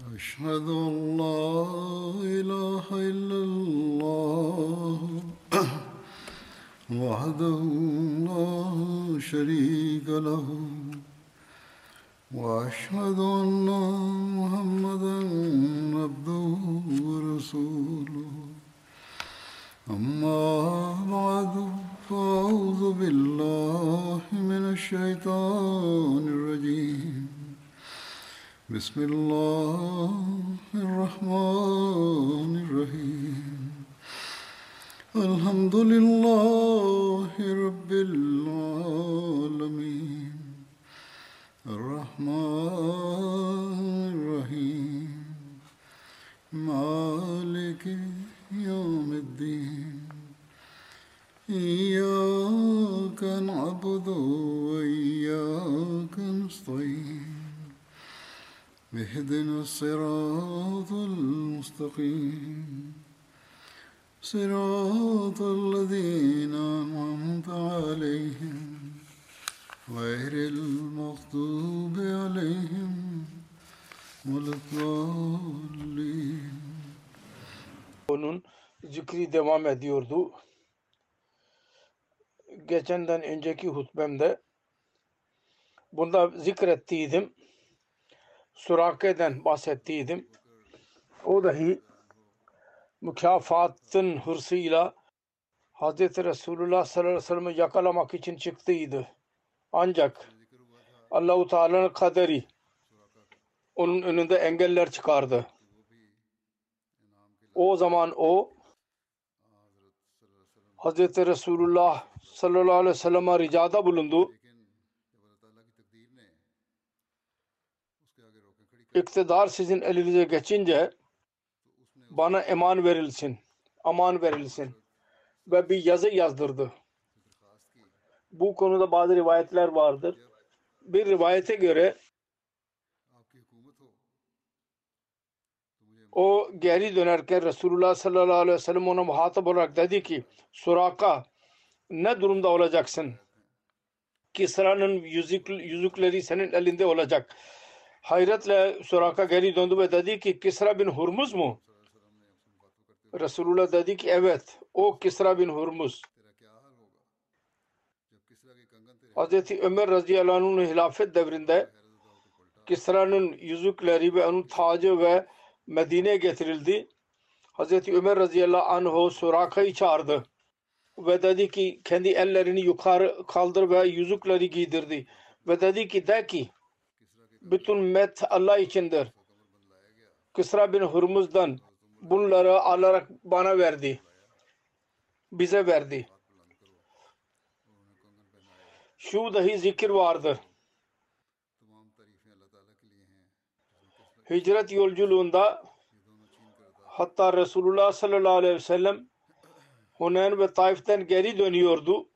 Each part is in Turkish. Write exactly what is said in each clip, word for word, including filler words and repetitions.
أشهد أن لا إله إلا الله وحده لا شريك له وأشهد أن محمدا عبده ورسوله أما بعد فأعوذ بالله من الشيطان الرجيم بسم الله الرحمن الرحيم الحمد لله رب العالمين الرحمن الرحيم مالك يوم الدين إياك نعبد وإياك نستعين اهدنا الصراط المستقيم صراط الذين أنعمت عليهم غير المغضوب عليهم ولا الضالين. Onun zikri devam ediyordu. Geçenden önceki hutbemde bunda zikrettiydim. Surake'den bahsettiydim. O dahi mükafatın hırsıyla Hazreti Resulullah sallallahu aleyhi ve sellem'i yakalamak için çıktıydı. Ancak Allah-u Teala'nın kaderi onun önünde engeller çıkardı. O zaman o Hazreti Resulullah sallallahu aleyhi ve sellem'e ricada bulundu. İktidar sizin elinize geçince bana eman verilsin, aman verilsin ve bir yazı yazdırdı. Bu konuda bazı rivayetler vardır. Bir rivayete göre o geri dönerken Resulullah sallallahu aleyhi ve sellem ona muhatap olarak dedi ki, Suraka, ne durumda olacaksın? Kisra'nın yüzük, yüzükleri senin elinde olacak. Hayretle Suraka geri döndü ve dedi ki, Kisra bin Hurmuz mu? Resulullah dedi ki, evet, o Kisra bin Hurmuz. Hazreti Ömer radıyallahu anh'ın hilafet devrinde Kisra'nın yüzükleri ve onun tacı ve Medine'ye getirildi. Hazreti Ömer radıyallahu anh Suraka'yı çağırdı ve dedi ki kendi ellerini yukarı kaldır ve yüzükleri giydirdi ve dedi ki de ki bütün met Allah içindir. Kisra bin Hurmuz'dan bunları alarak bana verdi. Bize verdi. Şu dahi zikir vardır. Hicret yolculuğunda hatta Resulullah sallallahu aleyhi ve sellem Huneyn ve Taif'ten geri dönüyordu.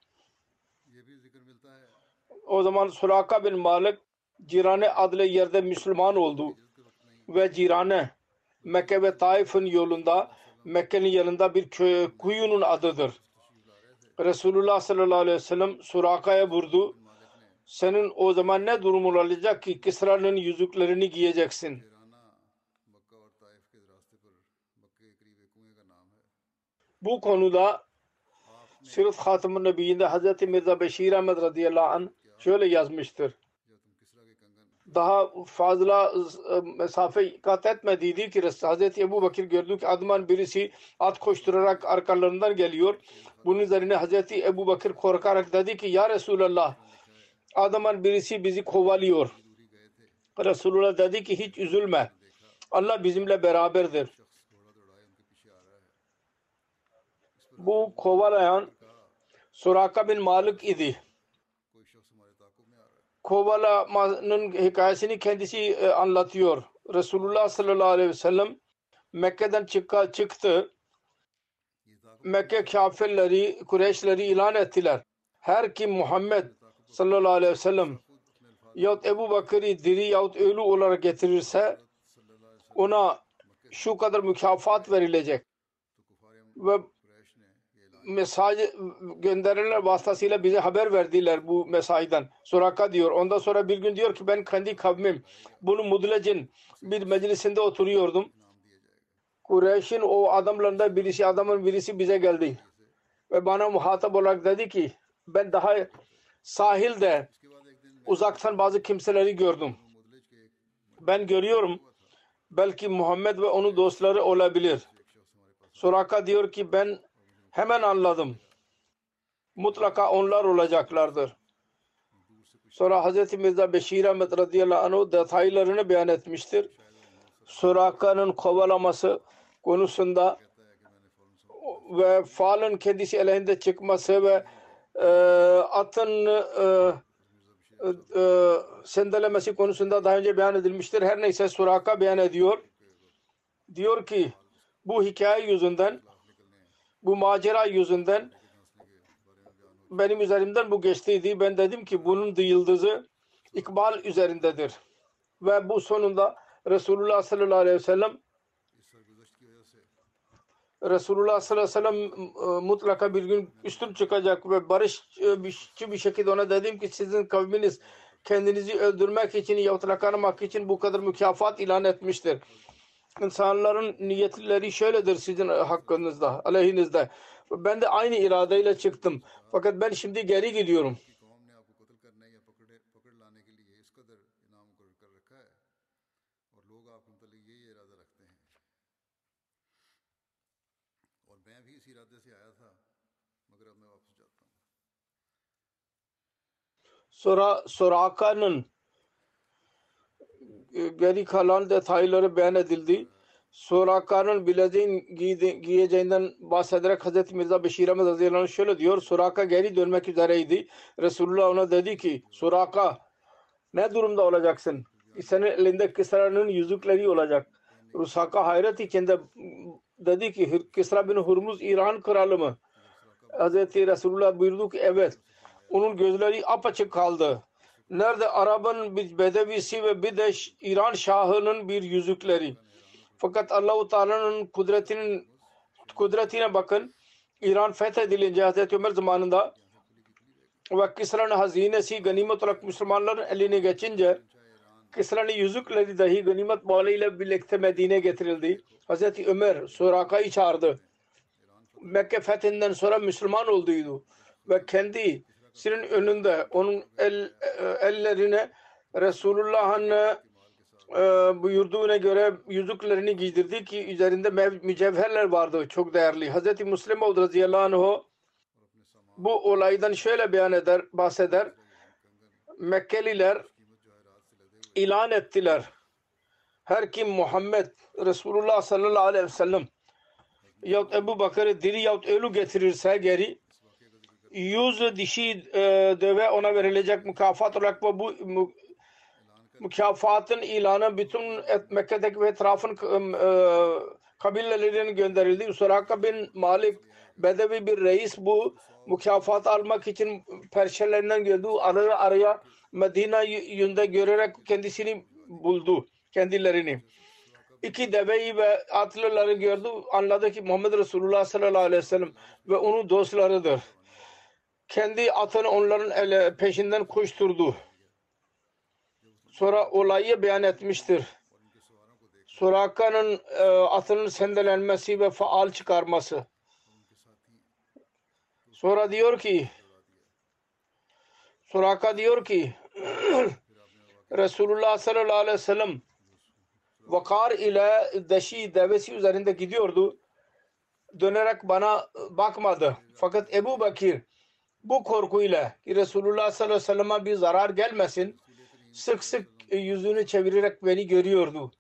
O zaman Suraka bin Malik Cirane adlı yerde Müslüman oldu. Ve Cirane Mekke ve Taif'in yolunda Mekke'nin yanında bir köy, kuyunun adıdır. Resulullah sallallahu aleyhi ve sellem Suraka'ya vurdu. Senin o zaman ne durumun olacak ki Kisra'nın yüzüklerini giyeceksin? Bu konuda Sirat Hatem-ı Nebiyyinde Hazreti Mirza Beşir Ahmed radıyallahu anh şöyle yazmıştır. Daha fazla mesafe kat etmediydi ki Hazreti Ebu Bakır gördü ki adamın birisi at koşturarak arkalarından geliyor. Bunun üzerine Hazreti Ebu Bakır korkarak dedi ki ya Resulallah, adamın birisi bizi kovalıyor. Resulullah dedi ki hiç üzülme. Allah bizimle beraberdir. Bu kovalayan Suraka bin Malik idi. Kovalamanın hikayesini kendisi anlatıyor. Resulullah sallallahu aleyhi ve sellem Mekke'den çık çıktı. Mekke kafirleri, Kureyşleri ilan ettiler. Her kim Muhammed sallallahu aleyhi ve sellem yahut Ebu Bakır'ı diri yahut ölü olarak getirirse ona şu kadar mükafat verilecek. Ve mesaj gönderenler vasıtasıyla bize haber verdiler bu mesajdan. Suraka diyor. Ondan sonra bir gün diyor ki ben kendi kavmim bunu Mudlec'in bir meclisinde oturuyordum. Kureyş'in o adamlarından birisi adamın birisi bize geldi. Ve bana muhatap olarak dedi ki ben daha sahilde uzaktan bazı kimseleri gördüm. Ben görüyorum belki Muhammed ve onun dostları olabilir. Suraka diyor ki ben hemen anladım. Mutlaka onlar olacaklardır. Sonra Hazreti Mirza Beşir Ahmet radıyallahu anh detaylarını beyan etmiştir. Suraka'nın kovalaması konusunda ve falın kendisi aleyhinde çıkması ve e, atın e, e, sendelemesi konusunda daha önce beyan edilmiştir. Her neyse Suraka beyan ediyor. Diyor ki bu hikaye yüzünden, bu macera yüzünden benim üzerimden bu geçtiydi. Ben dedim ki bunun yıldızı ikbal üzerindedir. Ve bu sonunda Resulullah sallallahu aleyhi ve sellem Resulullah sallallahu aleyhi ve sellem mutlaka bir gün üstün çıkacak ve barışçı bir şekilde ona dedim ki sizin kavminiz kendinizi öldürmek için yahut yakalamak için bu kadar mükafat ilan etmiştir. İnsanların niyetleri şöyledir sizin hakkınızda, aleyhinizde. Ben de aynı iradeyle çıktım. Fakat ben şimdi geri gidiyorum. Sonra Suraka'nın geri kalan detayları beyan edildi. Suraka'nın bileziğin giyeceğinden bahsederek Hazreti Mirza Beşir Ahmet radıyallahu anh şöyle diyor. Suraka geri dönmek üzereydi. Resulullah ona dedi ki Suraka ne durumda olacaksın? Senin elinde Kisra'nın yüzükleri olacak. Suraka hayret içinde dedi ki Kisra bin Hurmuz İran kralı mı? Hazreti Resulullah buyurdu ki evet. Onun gözleri apaçık kaldı. Nerede Arap'ın bir bedevisi ve bir de İran şahının bir yüzükleri. Fakat Allah-u Teala'nın kudretinin kudretine bakın. İran fethedilince Hazreti Ömer zamanında ve Kisra'nın hazinesi ganimet olarak Müslümanların eline geçince Kisra'nın yüzükleri dahi ganimet malıyla birlikte Medine'ye getirildi. Hazreti Ömer Suraka'yı çağırdı. Mekke fethinden sonra Müslüman olduydu ve kendisinin önünde onun el, ellerine Resulullah'ın e, buyurduğuna göre yüzüklerini giydirdi ki üzerinde mücevherler vardı çok değerli. Hazreti Müslim Maud radıyallahu anh bu olaydan şöyle beyan eder, bahseder. Mekkeliler ilan ettiler. Her kim Muhammed Resulullah sallallahu aleyhi ve sellem yahut Ebu Bakır'ı diri yahut ölü getirirse geri yüz dişi e, deve ona verilecek mükafat olarak ve bu mü, mükafatın ilanı bütün Mekke'deki ve etrafın e, kabilelerine gönderildi. Suraka bin Malik Bedevi bir reis bu mükafat almak için perşelerinden geldi. Araya araya Medine yönünde görerek kendisini buldu. Kendilerini. İki deveyi ve atlıları gördü. Anladı ki Muhammed Resulullah sallallahu aleyhi ve sellem ve onun dostlarıdır. Kendi atını onların peşinden koşturdu. Sonra olayı beyan etmiştir. Suraka'nın e, atının sendelenmesi ve faal çıkarması. Sonra diyor ki Suraka diyor ki Resulullah sallallahu aleyhi ve sellem vakar ile deşi devesi üzerinde gidiyordu. Dönerek bana bakmadı. Fakat Ebu Bakir bu korkuyla ki Resulullah sallallahu aleyhi ve sellem'e bir zarar gelmesin sık sık yüzünü çevirerek beni görüyordu.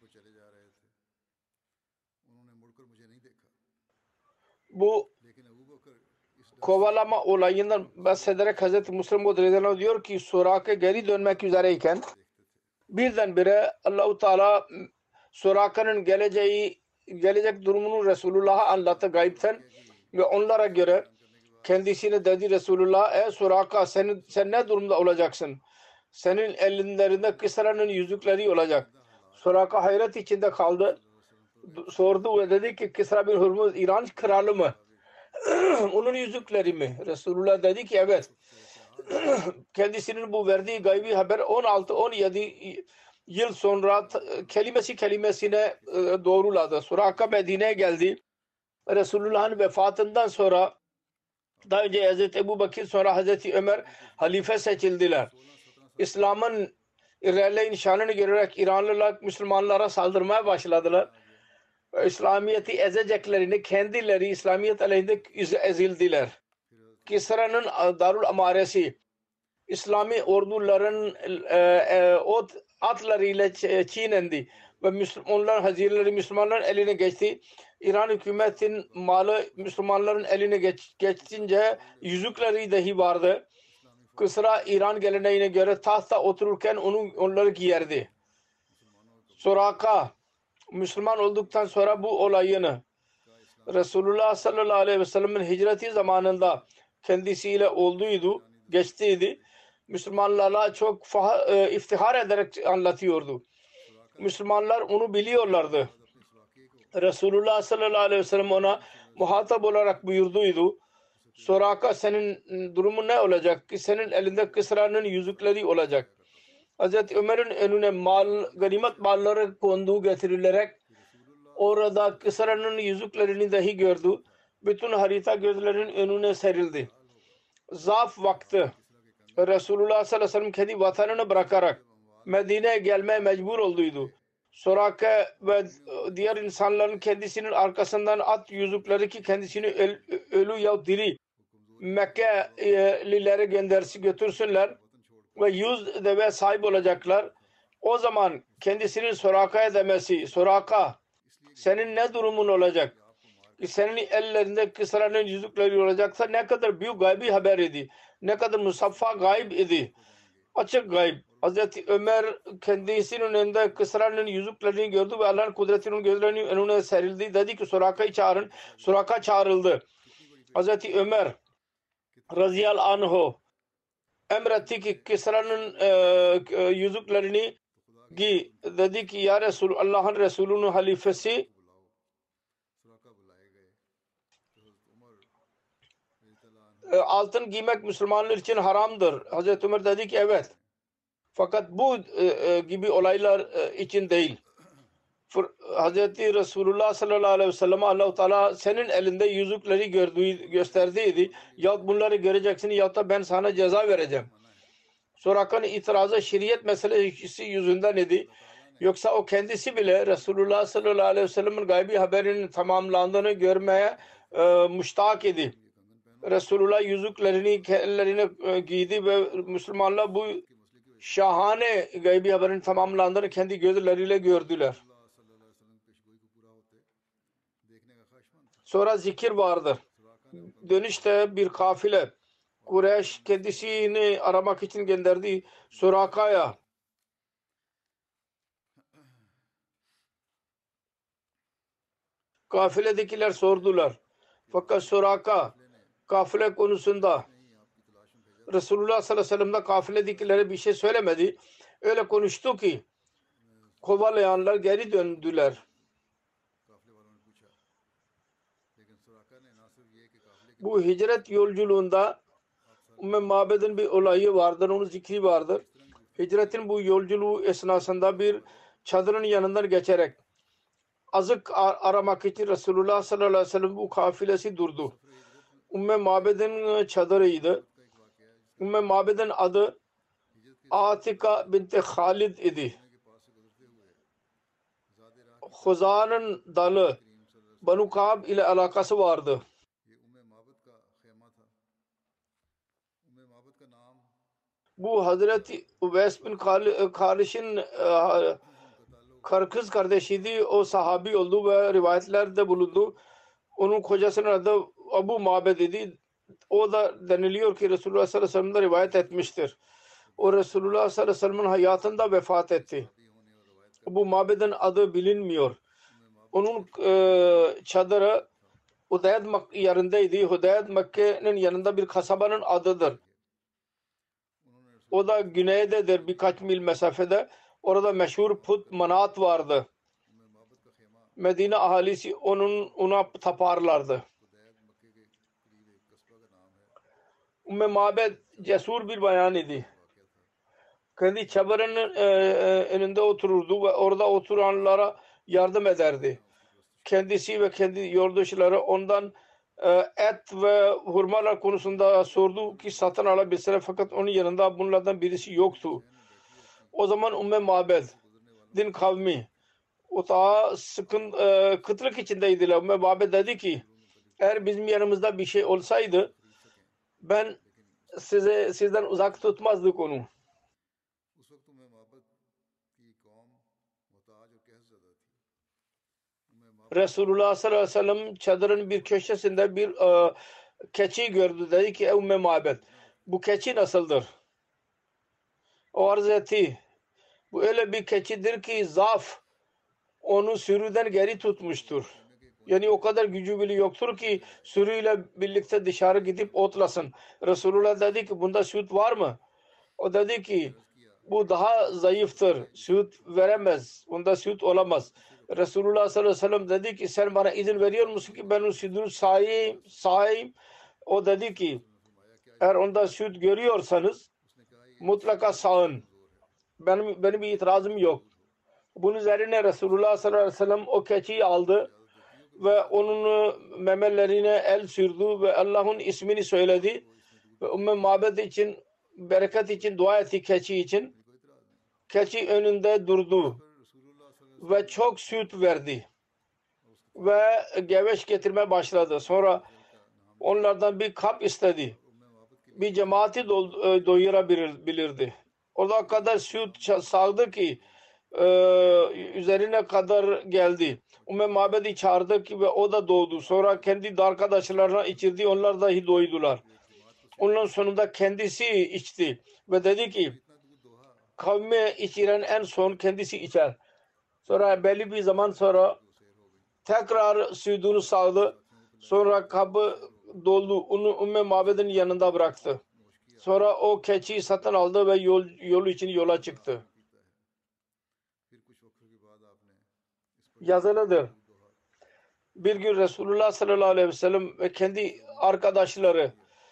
Bu kovalama olayından bahsederek Hazreti Müslim Maud radıyallahu anh diyor ki Suraka geri dönmek üzereyken birdenbire Allah-u Teala Suraka'nın geleceği gelecek durumunu Resulullah'a anlattı gaybten ve onlara göre kendisine dedi Resulullah ey Suraka sen, sen ne durumda olacaksın? Senin ellerinde Kisra'nın yüzükleri olacak. Suraka hayret içinde kaldı. Sordu ve dedi ki Kisra bin Hurmuz İran kralı mı? Onun yüzükleri mi? Resulullah dedi ki evet. Kendisinin bu verdiği gaybi haber on altı on yedi yıl sonra kelimesi kelimesine doğruladı. Suraka Medine'ye geldi. Resulullah'ın vefatından sonra daha önce Hazreti Ebu Bakır sonra Hazreti Ömer halife seçildiler. İslam'ın ilerleyin şanını görerek İranlılar Müslümanlara saldırmaya başladılar. İslamiyet'i ezeceklerini kendileri İslamiyet aleyhinde ezildiler. Kisra'nın Darul Amaresi İslami orduların e, e, ot atlarıyla çiğnendi ve Müslümanlar hazineleri Müslümanların eline geçti. İran hükümetin malı Müslümanların eline geç, geçince yüzükleri dahi vardı. Kisra İran geleneğine göre tahta otururken onu onları giyerdi. Suraka Müslüman olduktan sonra bu olayını Resulullah sallallahu aleyhi ve sellem'in hicreti zamanında kendisiyle olduydu, geçtiydi. Müslümanlarla çok e, iftihar ederek anlatıyordu. Müslümanlar onu biliyorlardı. Resulullah sallallahu aleyhi ve sellem ona muhatap olarak buyurduydu. Suraka senin durumun ne olacak ki senin elinde Kisra'nın yüzükleri olacak. Hazreti Ömer'in önüne mal, ganimet malları konduğu getirilerek orada Kisra'nın yüzüklerini dahi gördü. Bütün harita gözlerinin önüne serildi. Zaaf vakti Resulullah sallallahu aleyhi ve sellem kendi vatanını bırakarak Medine'ye gelmeye mecbur olduydu. Suraka ve diğer insanların kendisinin arkasından at yüzükleri ki kendisini öl, ölü ya diri Mekke'lilere göndersi götürsünler ve yüz deve sahip olacaklar. O zaman kendisinin Suraka'ya demesi, Suraka senin ne durumun olacak? Ki senin ellerinde Kisra'nın yüzükleri olacaksa ne kadar büyük gaybi haber idi. Ne kadar musaffa gayb idi. Açık gayb. Hazreti Ömer kendisinin önünde Kisra'nın yüzüklerini gördü ve Allah'ın kudretinin gözlerinin önüne serildi. Dedi ki Suraka'yı çağırın. Suraka çağrıldı. Hazreti Ömer radıyallahu anhu emretti ki Kisra'nın e, yüzüklerini giy. Dedi ki ya Resul Allah'ın Resulü'nün halifesi altın giymek Müslümanlar için haramdır. Hazreti Ömer dedi ki evet. Fakat bu e, gibi olaylar e, için değil. Hazreti Resulullah sallallahu aleyhi ve sellem Allah-u Teala senin elinde yüzükleri gördüğü, gösterdiydi. Ya bunları göreceksin ya da ben sana ceza vereceğim. Suraka'nın itirazı şeriat meselesi yüzünden idi. Yoksa o kendisi bile Resulullah sallallahu aleyhi ve sellem'in gaybi haberinin tamamlandığını görmeye e, müştak idi. Resulullah yüzüklerini ellerine e, giydi ve Müslümanlar bu şahane gaybi haberin tamamlandığını kendi gözleriyle gördüler. Sonra zikir vardır. Dönüşte bir kafile Kureyş kendisini aramak için gönderdi Suraka'ya. Kafiledekiler sordular. Fakat Suraka kafile konusunda Resulullah sallallahu aleyhi ve sellem'de kafiledekilere bir şey söylemedi. Öyle konuştu ki kovalayanlar geri döndüler. Bu hicret yolculuğunda Ümmü Mabed'in bir olayı vardır, onun zikri vardır. Hicretin bu yolculuğu esnasında bir çadırın yanından geçerek azık aramak için Resulullah sallallahu aleyhi ve sellem bu kafilesi durdu. Ümmü Mabed'in çadırıydı. Ümmü Mabed'in adı Atika binti Halid idi. Huza'nın dalı Banu Ka'b ile alakası vardı. Bu Hazreti Uveys bin Kariş'in kız kardeşiydi. O sahabi oldu ve rivayetlerde bulundu. Onun kocasının adı Abu Mabed idi. O da deniliyor ki Resulullah sallallahu aleyhi ve sellem'de rivayet etmiştir. O Resulullah sallallahu aleyhi ve sellem'in hayatında vefat etti. Abu Mabed'in adı bilinmiyor. Onun e, çadırı Hudayd yerindeydi. Hudayd Mekke'nin yanında bir kasabanın adıdır. O da güneydedir, birkaç mil mesafede. Orada meşhur put manat vardı. Medine ahalisi onun ona taparlardı. Ümmü Mabed cesur bir bayan idi. Kendi çadırının e, e, önünde otururdu ve orada oturanlara yardım ederdi. Kendisi ve kendi yoldaşları ondan e, et ve hurmalar konusunda sordu ki satın alabilseler, fakat onun yanında bunlardan birisi yoktu. O zaman Ümmü Mabed'in kavmi o daha sıkın e, kıtlık içindeydiler. Ümmü Mabed dedi ki eğer bizim yanımızda bir şey olsaydı ben size sizden uzak tutmazdık onu. Resulullah sallallahu aleyhi ve sellem çadırın bir köşesinde bir e, keçi gördü. Dedi ki ey Ümmü Mabed, bu keçi nasıldır? O arz etti. Bu öyle bir keçidir ki zaaf onu sürüden geri tutmuştur. Yani o kadar gücü bile yoktur ki sürüyle birlikte dışarı gidip otlasın. Resulullah dedi ki bunda süt var mı? O dedi ki bu daha zayıftır. Süt veremez. Bunda süt olamaz. Resulullah sallallahu aleyhi ve sellem dedi ki sen bana izin veriyor musun ki ben o sütünü sahayım, sahayım? O dedi ki eğer onda süt görüyorsanız mutlaka sağın. Benim, benim bir itirazım yok. Bunun üzerine Resulullah sallallahu aleyhi ve sellem o keçiyi aldı ve onun memelerine el sürdü ve Allah'ın ismini söyledi ve Ümmü Mabed için, bereket için dua etti keçi için. Keçi önünde durdu ve çok süt verdi ve geveş getirmeye başladı. Sonra onlardan bir kap istedi. Bir cemaati doyurabilirdi. O kadar süt sağdı ki e, üzerine kadar geldi. Ümmü Mabed'i çağırdı ki ve o da doğdu. Sonra kendi arkadaşlarına içirdi. Onlar dahi doydular. Ondan sonunda kendisi içti ve dedi ki kavme içiren en son kendisi içer. Sonra belli bir zaman sonra tekrar sütünü sağdı. Sonra kabı doldu. Onu Ümmü Mabed'in yanında bıraktı. Sonra o keçiyi satın aldı ve yol, yolu için yola çıktı. Yazılıdır. Bir gün Resulullah sallallahu aleyhi ve sellem ve kendi arkadaşları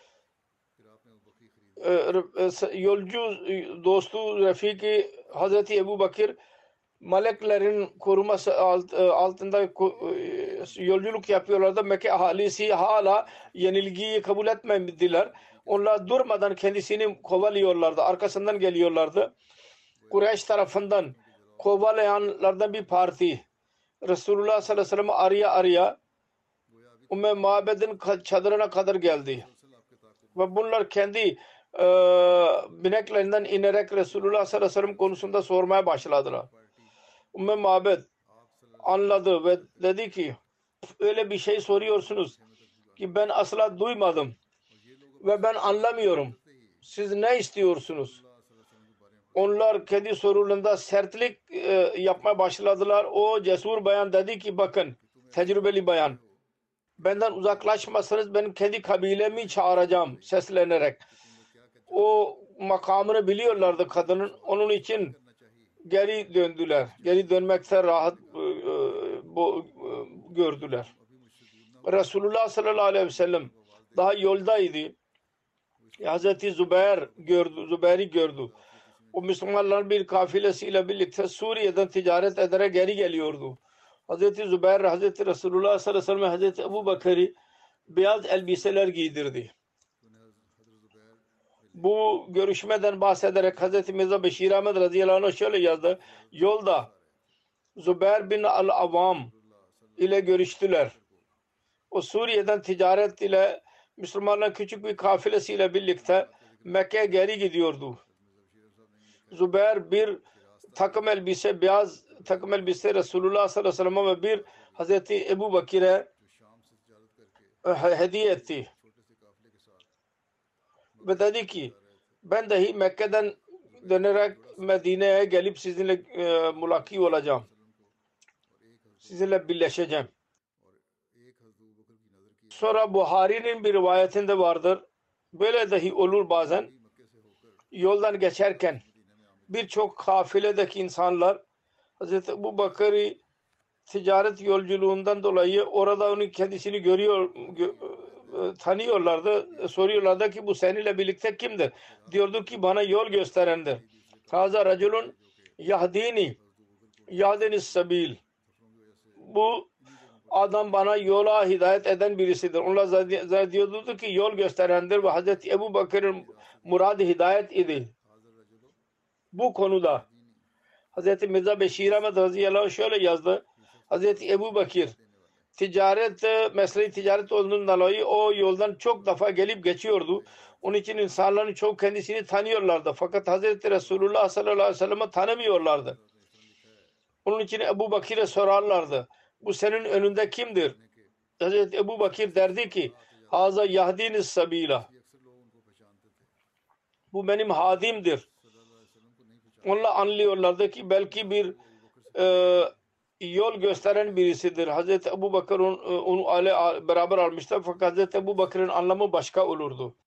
yolcu dostu Refiki Hazreti Ebu Bakır meleklerin koruması altında yolculuk yapıyorlardı. Mekke ahalisi hala yenilgiyi kabul etmediler. Onlar durmadan kendisini kovalıyorlardı. Arkasından geliyorlardı. Kureyş tarafından kovalayanlardan bir parti Resulullah sallallahu aleyhi ve sellem'i araya araya Ümmü Mabed'in çadırına kadar geldi. Ve bunlar kendi e, bineklerinden inerek Resulullah sallallahu aleyhi ve sellem konusunda sormaya başladılar. Ümmü Mabed anladı ve dedi ki öyle bir şey soruyorsunuz ki ben asla duymadım ve ben anlamıyorum. Siz ne istiyorsunuz? Onlar kendi sorularında sertlik e, yapmaya başladılar. O cesur bayan dedi ki bakın tecrübeli bayan, benden uzaklaşmasanız ben kendi kabilemi çağıracağım seslenerek. O makamını biliyorlardı kadının. Onun için geri döndüler. Geri dönmekte rahat e, bu, e, gördüler. Resulullah sallallahu aleyhi ve sellem daha yoldaydı. Hazreti Zübeyir gördü, Zübeyir'i gördü. O Müslümanların bir kafilesiyle birlikte Suriye'den ticaret ederek geri geliyordu. Hazreti Zübeyir, Hazreti Resulullah sallallahu aleyhi ve sellem, Hazreti Ebu Bakır'ı beyaz elbiseler giydirdi. Bu görüşmeden bahsederek Hazreti Mirza Beşir Ahmed radıyallahu anh şöyle yazdı. Yolda Zübeyir bin al-Avam ile görüştüler. O Suriye'den ticaret ile Müslümanların küçük bir kafilesiyle birlikte Mekke'ye geri gidiyordu. Zübeyir bir takım elbise, beyaz takım elbise Resulullah sallallahu aleyhi ve sellem ve bir Hazreti Ebu Bakir'e hediye etti. Ve dedi ki ben dahi Mekke'den dönerek Medine'ye gelip sizinle e, mulaki olacağım. Sizinle birleşeceğim. Sonra Buhari'nin bir rivayetinde vardır. Böyle dahi olur bazen. Yoldan geçerken birçok kafiledeki insanlar Hazreti Ebu Bakır'ı ticaret yolculuğundan dolayı orada onun kendisini görüyor tanıyorlardı. Soruyorlardı ki bu seninle birlikte kimdir? Diyordu ki bana yol gösterendir. Haza raculun yahdini yahdini sabil. Bu adam bana yola hidayet eden birisidir. Onlar zannediyordu ki yol gösterendir ve Hazreti Ebu Bakır'ın muradı hidayet idi. Bu konuda Hazreti Mirza Beşir Ahmet radıyallahu anh şöyle yazdı. Hazreti Ebu Bakır ticaret, mesleği ticaret olduğundan dolayı o yoldan çok defa gelip geçiyordu. Onun için insanların çok kendisini tanıyorlardı. Fakat Hazreti Resulullah sallallahu aleyhi ve sellem'i tanımıyorlardı. Onun için Ebu Bakır'a sorarlardı. Bu senin önünde kimdir? Hazreti Ebu Bakır derdi ki Haza yahdiniz sabila. Bu benim hadimdir. Onlar anlıyorlardı ki belki bir e, yol gösteren birisidir. Hazreti Ebu Bakır onu, onu ale beraber almıştı. Fakat Hazreti Ebu Bakır'ın anlamı başka olurdu.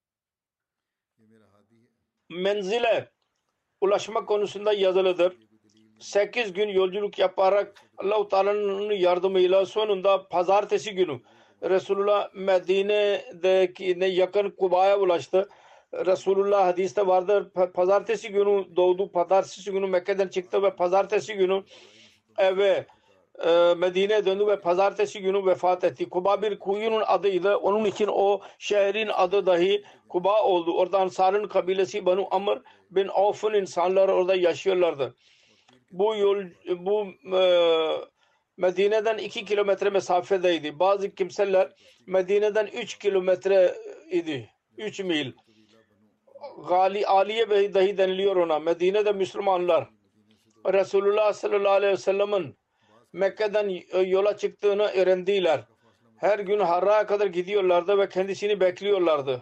Menzile ulaşma konusunda yazılıdır. sekiz gün yolculuk yaparak Allah-u Teala'nın yardımıyla sonunda pazartesi günü Resulullah Medine'deki yakın Kuba'ya ulaştı. Resulullah hadiste vardır. Pazartesi günü doğdu. Pazartesi günü Mekke'den çıktı ve pazartesi günü eve e, Medine'ye döndü ve pazartesi günü vefat etti. Kuba bir kuyunun adıydı. Onun için o şehrin adı dahi Kuba oldu. Orada Ansar'ın kabilesi Banu Amr bin Avf'ın insanları orada yaşıyorlardı. Bu yol bu e, Medine'den iki kilometre mesafedeydi. Bazı kimseler Medine'den üç kilometre idi. üç mil. Gali Aliye Bey dahi deniliyor ona. Medine'de Müslümanlar Resulullah sallallahu aleyhi ve sellem'in Mekke'den yola çıktığını öğrendiler. Her gün Harra'ya kadar gidiyorlardı ve kendisini bekliyorlardı.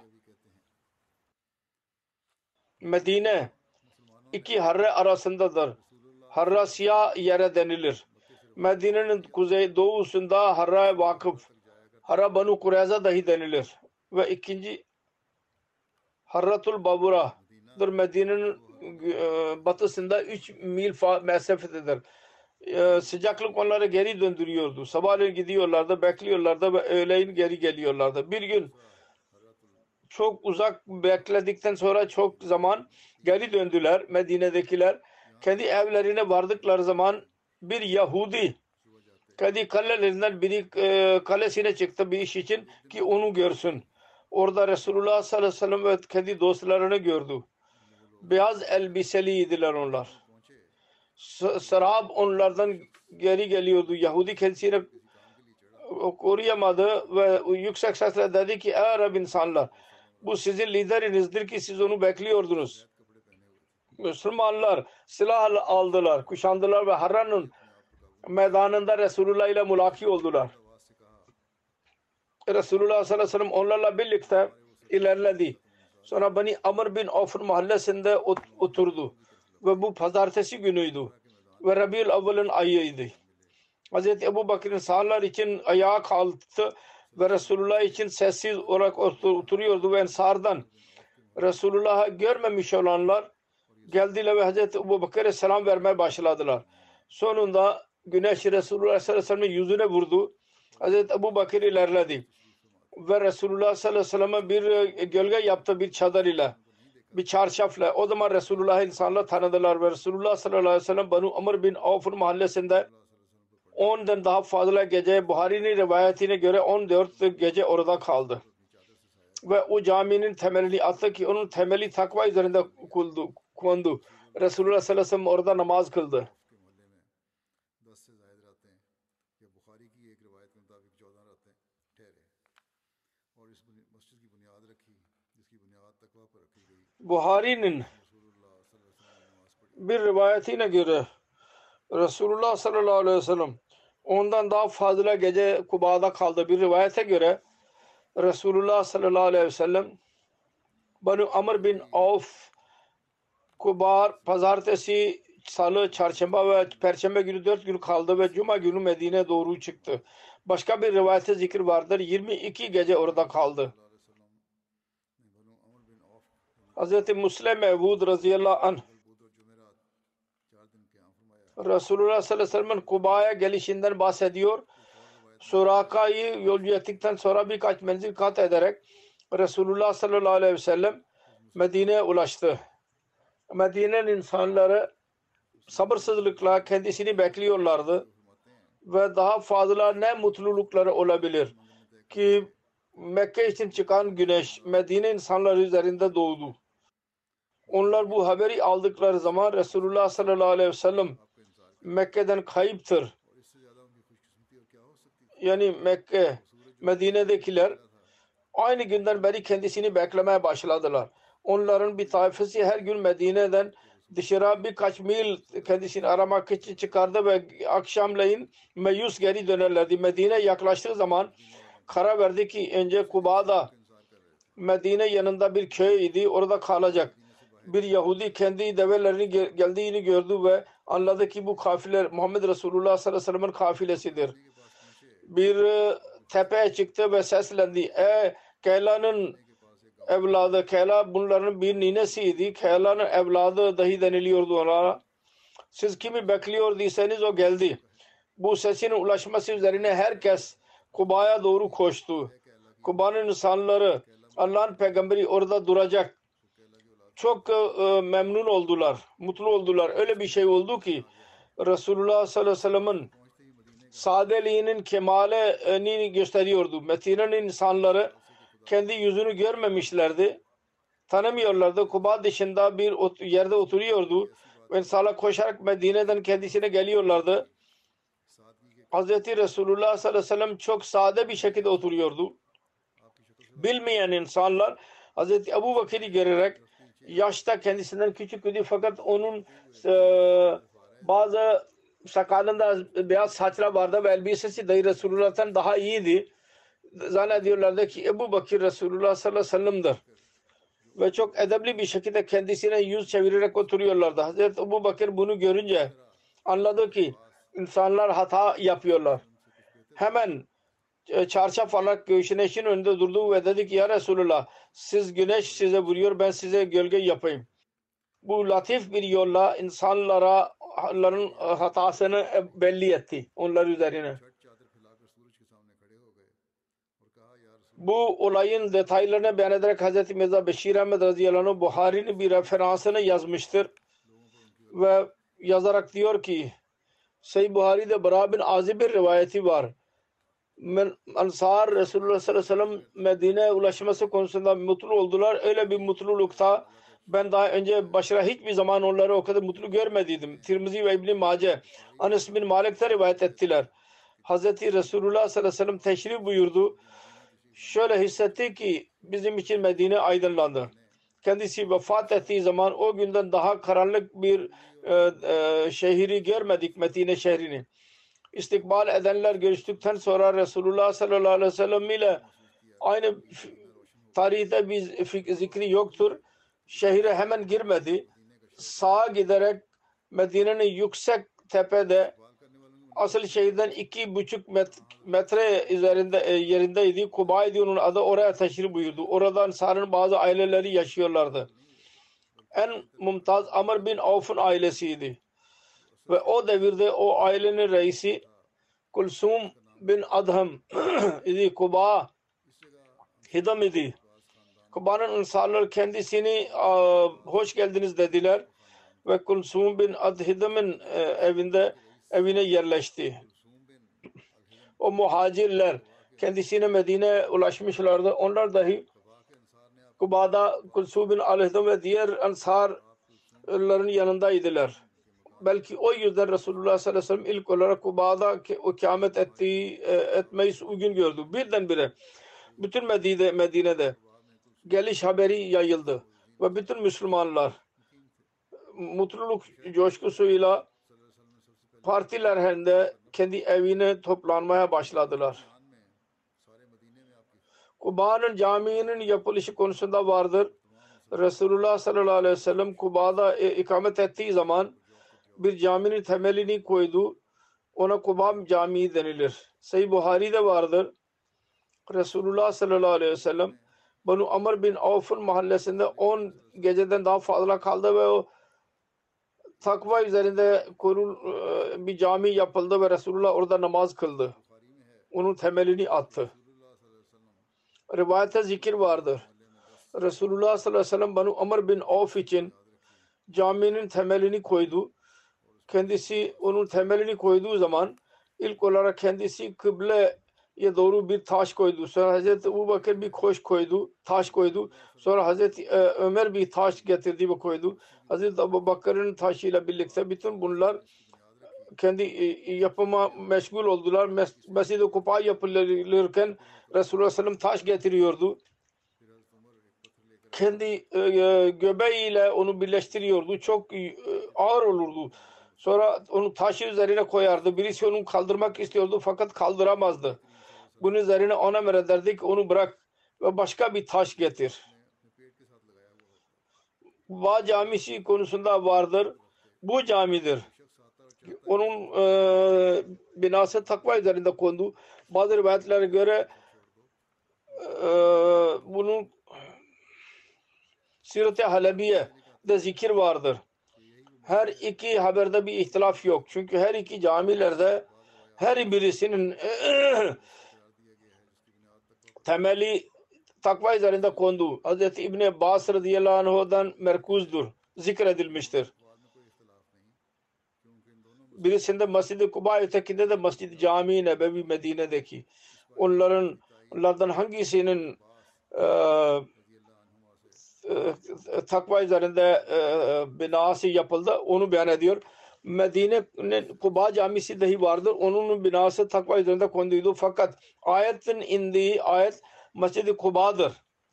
Medine iki Harra arasındadır. Harra siyah yere denilir. Medine'nin kuzey doğusunda Harra'ya vakıf. Harra Banu Kureyza dahi denilir. Ve ikinci Harratul Babura'dır. Medine'nin batısında üç mil mesafededir. Ee, sıcaklık onları geri döndürüyordu. Sabahleyin gidiyorlardı, bekliyorlardı ve öğleyin geri geliyorlardı. Bir gün çok uzak bekledikten sonra çok zaman geri döndüler Medine'dekiler. Kendi evlerine vardıkları zaman bir Yahudi kendi kalelerinden biri e, kalesine çıktı bir iş için ki onu görsün. Orada Resulullah sallallahu aleyhi ve sellem ve kendi dostlarını gördü. Beyaz elbiseliydiler onlar. Sarab onlardan geri geliyordu. Yahudi kendisini koruyamadı ve yüksek sesle dedi ki ey Arap insanlar, bu sizin liderinizdir ki siz onu bekliyordunuz. Müslümanlar silah aldılar, kuşandılar ve Harran'ın meydanında Resulullah ile mülaki oldular. Resulullah sallallahu aleyhi ve sellem onlarla birlikte ilerledi. Sonra Bani Amr bin Avf'ın mahallesinde oturdu. Ve bu pazartesi günüydü. Ve Rabiul Avval'ın ayıydı. Hazreti Ebu Bakır'ın sağlar için ayağa kalktı ve Resulullah için sessiz olarak oturuyordu ve Ensar'dan Resulullah'ı görmemiş olanlar geldiler ve Hazreti Ebu Bakır'a selam vermeye başladılar. Sonunda güneş Resulullah sallallahu aleyhi ve sellem'in yüzüne vurdu. Hazreti Ebu Bakır ilerledi. Ve Resulullah sallallahu aleyhi ve sellem'e bir gölge yaptı bir çadır ile. Bir çarşafla. O zaman Resulullah'ı insanlar tanıdılar ve Resulullah sallallahu aleyhi ve sellem Banu Amr bin Avf'ın mahallesinde ondan daha fazla gece Buhari'nin rivayetine göre on dört gece orada kaldı. Ve o caminin temelini attı ki onun temeli takva üzerinde kuruldu, kondu. Resulullah sallallahu aleyhi ve sellem orada namaz kıldı. Buhari'nin bir rivayetine göre Resulullah sallallahu aleyhi ve sellem ondan daha fazla gece Kuba'da kaldı. Bir rivayete göre Resulullah sallallahu aleyhi ve sellem Banu Amr bin Avf Kuba pazartesi, salı, çarşamba ve perşembe günü dört gün kaldı ve cuma günü Medine'ye doğru çıktı. Başka bir rivayete zikir vardır. yirmi iki gece orada kaldı. Hazreti Müslim Mevud radıyallahu anh Resulullah sallallahu aleyhi ve sellem'in Kuba'ya gelişinden bahsediyor. Suraka'yı yolcu ettikten sonra birkaç menzil kat ederek Resulullah sallallahu aleyhi ve sellem Medine'ye ulaştı. Medine'nin insanları sabırsızlıkla kendisini bekliyorlardı ve daha fazla ne mutlulukları olabilir ki Mekke için çıkan güneş Medine insanları üzerinde doğdu. Onlar bu haberi aldıkları zaman Resulullah sallallahu aleyhi ve sellem Mekke'den kayıptır. Yani Mekke, Medine'dekiler aynı günden beri kendisini beklemeye başladılar. Onların bir taifesi her gün Medine'den dışarı birkaç mil kendisini aramak için çıkardı ve akşamleyin meyus geri dönerlerdi. Medine yaklaştığı zaman karar verdi ki önce Kuba'da Medine yanında bir köy idi, orada kalacak. Bir Yahudi kendi develerini geldiğini gördü ve anladı ki bu kafile Muhammed Resulullah sallallahu aleyhi ve sellem'in kafilesidir. Bir tepeye çıktı ve seslendi. Ey Keyla'nın evladı, Keyla bunların bir ninesiydi. Keyla'nın evladı dahi deniliyordu ona. Siz kimi bekliyorduysanız o geldi. Bu sesin ulaşması üzerine herkes Kuba'ya doğru koştu. Kuba'nın insanları Allah'ın peygamberi orada duracak. Çok e, memnun oldular, mutlu oldular. Öyle bir şey oldu ki Resulullah sallallahu aleyhi ve sellem'in sadeliğinin kemalini gösteriyordu. Medine'nin insanları kendi yüzünü görmemişlerdi. Tanımıyorlardı. Kuba dışında bir yerde oturuyordu. Ve insanlar koşarak Medine'den kendisine geliyorlardı. Hazreti Resulullah sallallahu aleyhi ve sellem çok sade bir şekilde oturuyordu. Bilmeyen insanlar Hazreti Ebu Bakır'ı görerek yaşta kendisinden küçük idi fakat onun e, bazı sakalında beyaz saçlar vardı ve elbisesi dahi Resulullah'tan daha iyiydi. Zannediyorlardı ki Ebu Bakır Resulullah sallallahu aleyhi ve sellem'dir. Ve çok edepli bir şekilde kendisine yüz çevirerek oturuyorlardı. Hazreti Ebu Bakır bunu görünce anladı ki insanlar hata yapıyorlar. Hemen çarşaf alarak güneşin önünde durdu ve dedi ki ya Resulullah siz güneş size vuruyor, ben size gölge yapayım. Bu latif bir yolla insanlara onların hatasını belli etti onlar üzerine. Bu olayın detaylarını beyan ederek Hazreti Mirza Beşir Ahmed radıyallahu anh Buhari'nin bir referansını yazmıştır ve yazarak diyor ki Sahih Buhari'de Bara bin Azib bir rivayeti var. Ansar Resulullah sallallahu aleyhi ve sellem Medine'ye ulaşması konusunda mutlu oldular. Öyle bir mutlulukta ben daha önce başına hiçbir zaman onları o kadar mutlu görmediydim. Tirmizi ve İbn-i Mace Anas bin Malik'te rivayet ettiler. Hazreti Resulullah sallallahu aleyhi ve sellem teşrif buyurdu. Şöyle hissetti ki bizim için Medine aydınlandı. Kendisi vefat ettiği zaman o günden daha karanlık bir e, e, şehri görmedik, Medine şehrini. İstikbal edenler görüştükten sonra Resulullah sallallahu aleyhi ve sellem ile aynı tarihte bir zikri yoktur. Şehre hemen girmedi. Sağa giderek Medine'nin yüksek tepede asıl şehirden iki buçuk metre üzerinde e, yerindeydi. Kuba'ydı onun adı. Oraya teşrif buyurdu. Oradan Ansar'ın bazı aileleri yaşıyorlardı. En mumtaz Amr bin Avf'un ailesiydi. Ve o devirde o ailenin reisi Kulsum bin Adham idi. Kuba Hidam idi. Kuba'nın insanlar kendisini hoş geldiniz dediler ve Kulsum bin Adhidam'ın evinde evine yerleşti. O muhacirler kendisine Medine'ye ulaşmışlardı. Onlar dahi Kuba'da Kulsum bin Adhidam ve diğer ansarların yanındaydılar. Belki o yüzden Resulullah sallallahu aleyhi ve sellem ilk olarak Kuba'da o kıyamet ettiği, etmeyi uygun gördü. Birdenbire bütün Medine, Medine'de geliş haberi yayıldı. Ve bütün Müslümanlar mutluluk coşkusuyla partiler halinde kendi evine toplanmaya başladılar. Kuba'nın caminin yapılışı konusunda vardır. Resulullah sallallahu aleyhi ve sellem Kuba'da ikamet ettiği zaman bir caminin temelini koydu. Ona Kuba Camii denilir. Sahih Buhari'de vardır. Resulullah sallallahu aleyhi ve sellem Banu Amr bin Avf'un mahallesinde on geceden daha fazla kaldı ve o takva üzerinde kurul bir cami yapıldı ve Resulullah orada namaz kıldı. onun temelini attı. Rivayete zikir vardır. Resulullah sallallahu aleyhi ve sellem Banu Amr bin Avf için caminin temelini koydu. Kendisi onun temelini koyduğu zaman ilk olarak kendisi kıbleye doğru bir taş koydu. Sonra Hazreti Ebu Bakır bir koş koydu, taş koydu. Sonra Hazreti Ömer bir taş getirdi ve koydu. Hazreti Ebu Bakır'ın taşıyla birlikte bütün bunlar kendi yapıma meşgul oldular. Mes Mescid-i Kuba yapılırken Resulullah sallallahu aleyhi ve sellem taş getiriyordu. Kendi e, göbeğiyle onu birleştiriyordu. Çok e, ağır olurdu. Sonra onu taşı üzerine koyardı. Birisi onu kaldırmak istiyordu fakat kaldıramazdı. Bunun üzerine ona emrederdik, onu bırak ve başka bir taş getir. Va camisi konusunda vardır. Bu camidir. Onun e, binası takva üzerinde kondu. Bazı rivayetlere göre e, bunun Sirat-i Halebiye'de zikir vardır. Her iki haberde bir ihtilaf yok. Çünkü her iki camilerde her birisinin temeli takva üzerinde kondu. Hazreti İbn Abbas radıyallahu anh'dan merkuzdur. Zikredilmiştir. Birisinde Mescid-i Kuba, ötekinde de Mescid-i Cami-i Nebevi Medine'deki. Onların onlardan hangisinin e, e, takva üzerinde e, binası yapıldı onu beyan ediyor. Medine'nin Kuba Camisi dahi vardır. Onun binası takva üzerinde konduydu. Fakat ayetin indiği ayet Mescid-i Kuba'dır.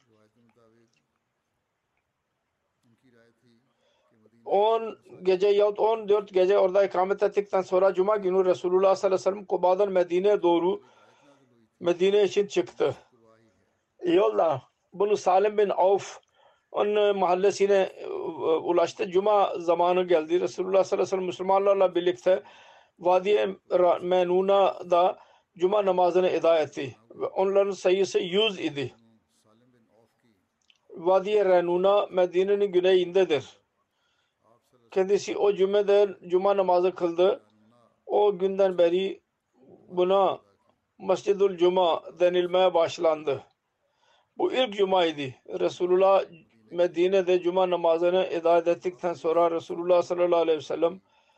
on gece yahut on dört gece orada ikamet ettikten sonra Cuma günü Resulullah sallallahu aleyhi ve sellem Kuba'dan Medine'ye doğru Medine için çıktı. Yolda bunu Salim bin Avf onun mahallesine ulaştı. Cuma zamanı geldi. Resulullah sallallahu aleyhi ve sellem Müslümanlarla birlikte Vadi-i Menuna'da Cuma namazını eda etti. Onların sayısı yüz idi. Vadi-i Menuna Medine'nin güneyindedir. Kendisi o cümleden Cuma namazı kıldı. O günden beri buna Mescid-ül Cuma denilmeye başlandı. Bu ilk Cuma'ydı. Resulullah Medine'de Cuma namazını eda ettikten sonra Resulullah sallallahu aleyhi ve sellem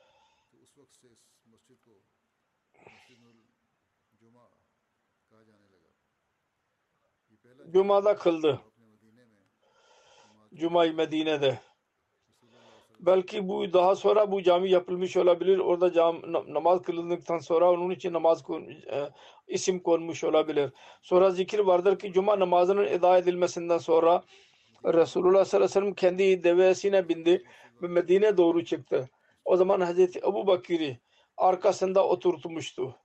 Cuma'da kıldı. Cuma-i Medine'de. Belki bu daha sonra bu cami yapılmış olabilir. Orada cam, namaz kılındıktan sonra onun için namaz e, isim konmuş olabilir. Sonra zikir vardır ki Cuma namazının eda edilmesinden sonra Resulullah sallallahu aleyhi ve sellem kendi devesine bindi ve Medine doğru çıktı. O zaman Hazreti Ebu Bakir'i arkasında oturtmuştu.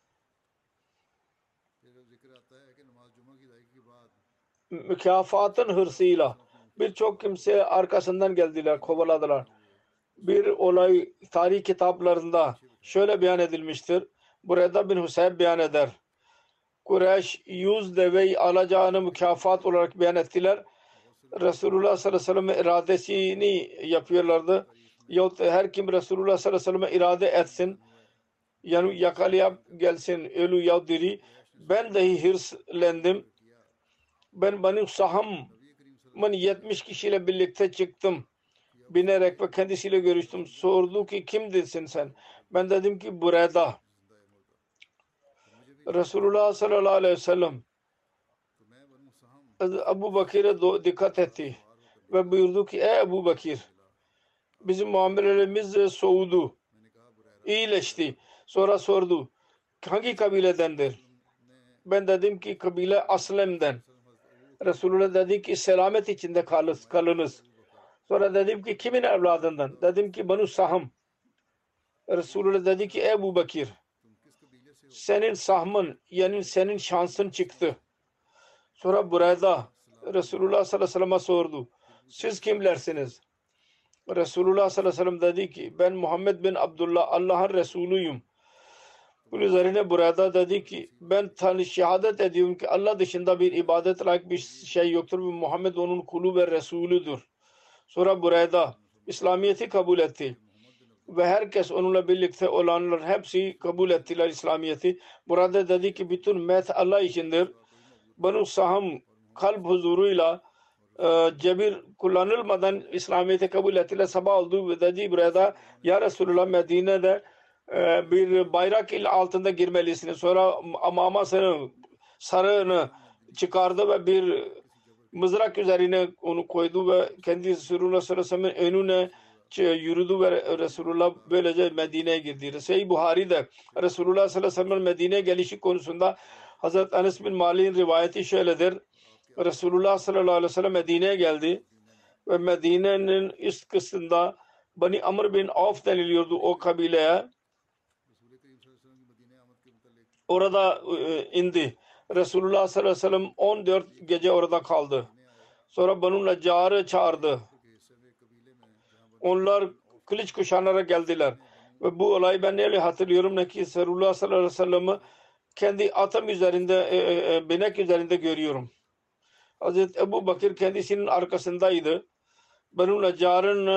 Mükafatın hırsıyla birçok kimse arkasından geldiler, kovaladılar. Bir olay tarih kitaplarında şöyle beyan edilmiştir. Burada bin Hüseyin beyan eder. Kureyş yüz deveyi alacağını mükafat olarak beyan ettiler. Resulullah sallallahu aleyhi ve sellem iradesini yapıyorlardı. Yahut her kim Resulullah sallallahu aleyhi ve sellem irade etsin, yani yakalayıp gelsin ölü ya diri. Ben dahi hırslendim. Ben Bani Saham'ın yetmiş kişiyle birlikte çıktım. Binerek ve kendisiyle görüştüm. Sordu ki kimdesin sen? Ben dedim ki burada. Resulullah sallallahu aleyhi ve sellem Ebu Bakir'e dikkat etti ve buyurdu ki ey Ebu Bakir, bizim muamelemiz soğudu, iyileşti. Sonra sordu hangi kabiledendir? Ben dedim ki kabile Aslem'den. Resulullah dedi ki selamet içinde kalınız. Sonra dedim ki kimin evladından? Dedim ki Banu Saham. Resulullah dedi ki Ebu Bakir, senin sahmın yani senin şansın çıktı. Sonra burada Resulullah sallallahu aleyhi ve sellem'e sordu. Siz kimlersiniz? Resulullah sallallahu aleyhi ve sellem dedi ki ben Muhammed bin Abdullah, Allah'ın Resulüyüm. Bunun üzerine burada dedi ki ben tanı şehadet ediyorum ki Allah dışında bir ibadet layık bir şey yoktur ve Muhammed onun kulu ve Resulüdür. Sonra burada İslamiyet'i kabul etti. ve herkes onunla birlikte olanlar hepsi kabul ettiler İslamiyet'i. Burada dedi ki bütün met Allah içindir. Banu Saham kalp huzuruyla e, cebir kullanılmadan İslamiyet'i kabul ettiler. Sabah oldu ve dedi burada ya Resulullah Medine'de e, bir bayrak ile altında girmelisiniz. Sonra amamasını sarığını çıkardı ve bir mızrak üzerine onu koydu ve kendi Resulullah sallallahu aleyhi ve sellem'in önüne yürüdü ve Resulullah böylece Medine'ye girdi. Sahih Buhari'de Resulullah sallallahu aleyhi ve sellem'in Medine'ye gelişi konusunda Hazreti Enes bin Malik'in rivayeti şöyledir. Resulullah sallallahu aleyhi ve sellem Medine'ye geldi ve Medine'nin üst kısmında Bani Amr bin Avf deniliyordu o kabileye. Orada indi. Resulullah sallallahu aleyhi ve sellem on dört gece orada kaldı. Sonra Banu Neccar'ı çağırdı. Onlar kılıç kuşanarak geldiler. Ve bu olayı ben neyle hatırlıyorum ne ki Resulullah sallallahu aleyhi ve sellem'i kendi atım üzerinde, e, e, binek üzerinde görüyorum. Hazreti Ebu Bakır kendisinin arkasındaydı. Banu Neccar'ın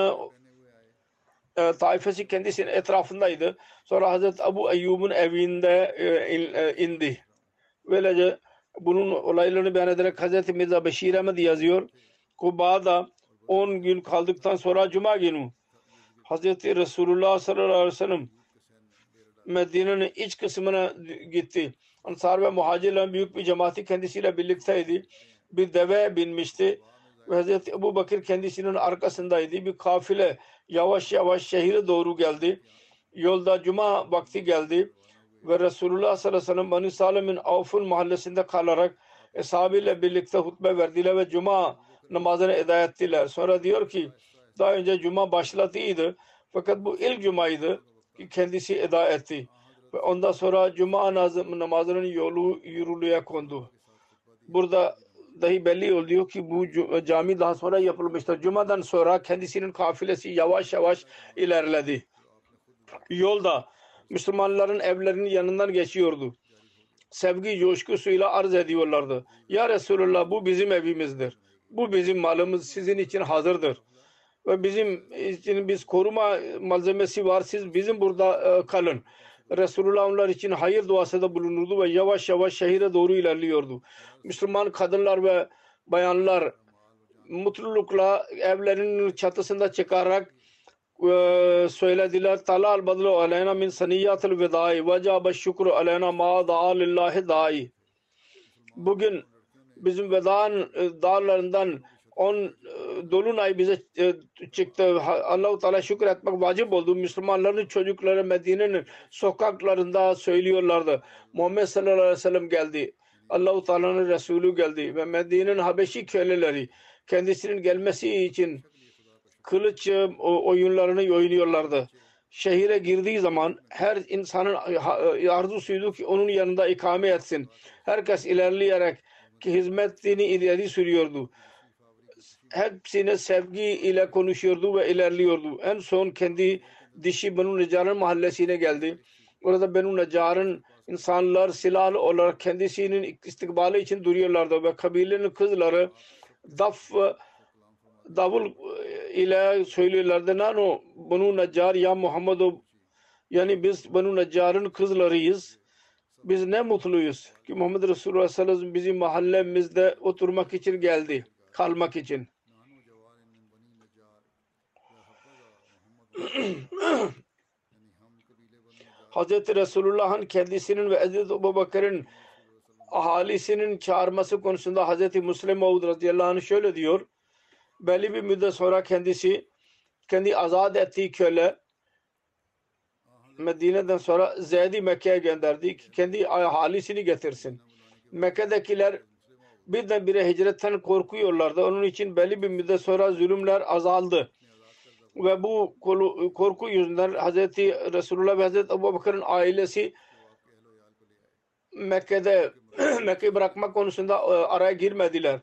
e, taifesi kendisinin etrafındaydı. Sonra Hazreti Ebu Eyyub'un evinde e, in, e, indi. Böylece bunun olaylarını beyan ederek Hazreti Mirza Beşir Ahmed yazıyor. Kuba'da on gün kaldıktan sonra Cuma günü Hazreti Resulullah sallallahu aleyhi ve sellem Medine'nin iç kısmına gitti. Ansar ve muhacirlerin büyük bir cemaati kendisiyle birlikteydi. Bir deve binmişti ve Hazreti Ebu Bakır kendisinin arkasındaydı. Bir kafile yavaş yavaş şehire doğru geldi. Yolda Cuma vakti geldi ve Resulullah sallallahu aleyhi ve sellem Bani Salim'in Avf'un mahallesinde kalarak eshabıyla birlikte hutbe verdiler ve Cuma namazını eda ettiler. Sonra diyor ki daha önce Cuma başlatıydı fakat bu ilk Cuma'ydı ki kendisi eda etti. Ve ondan sonra Cuma namazının yolu yürürlüğe kondu. Burada dahi belli oluyor ki bu cami daha sonra yapılmıştır. Cuma'dan sonra kendisinin kafilesi yavaş yavaş ilerledi. Yolda Müslümanların evlerinin yanından geçiyordu. Sevgi coşkusuyla arz ediyorlardı. Ya Resulullah bu bizim evimizdir. Bu bizim malımız sizin için hazırdır. Ve bizim için biz koruma malzemesi var. Siz bizim burada kalın. Resulullah onlar için hayır duasında bulunurdu ve yavaş yavaş şehire doğru ilerliyordu. Müslüman kadınlar ve bayanlar mutlulukla evlerinin çatısında çıkarak söylediler. Talal badlu aleyna min saniyyatil vedai ve cabe şükru aleyna ma da'a lillahi da'i. Bugün bizim vedan dağlarından on dolunay bize çıktı. Allah-u Teala şükür etmek vacip oldu. Müslümanların çocukları Medine'nin sokaklarında söylüyorlardı. Muhammed sallallahu aleyhi ve sellem geldi. Allah-u Teala'nın Resulü geldi ve Medine'nin Habeşi köleleri kendisinin gelmesi için kılıç oyunlarını oynuyorlardı. Şehire girdiği zaman her insanın arzusuydu ki onun yanında ikame etsin. Herkes ilerleyerek ki hizmetini ileri sürüyordu. Hepsine sevgi ile konuşuyordu ve ilerliyordu. En son kendi dişi Banu Neccar'ın mahallesine geldi. Orada Banu Neccar'ın insanlar silahlı olarak kendisinin istikbali için duruyorlardı ve kabilenin kızları daf davul ile söylüyorlardı. Nano Banu Neccar ya Muhammed, yani biz Banu Neccar'ın kızlarıyız. Biz ne mutluyuz ki Muhammed Resulullah sallallahu aleyhi ve sellem bizim mahallemizde oturmak için geldi. Kalmak için. Hazreti Resulullah'ın kendisinin ve Hazreti Ebu Bakır'ın ahalisinin çağırması konusunda Hazreti Müslim Maud radıyallahu anh şöyle diyor. Belli bir müddet sonra kendisi kendi azat ettiği köle Medine'den sonra Zeyd'i Mekke'ye gönderdi ki kendi ahalisini getirsin. Mekke'dekiler birdenbire hicretten korkuyorlardı. Onun için belli bir müddet sonra zulümler azaldı. Ve bu korku yüzünden Hazreti Resulullah ve Hazreti Ebu Bakır'ın ailesi Mekke'de Mekke'yi bırakmak konusunda araya girmediler.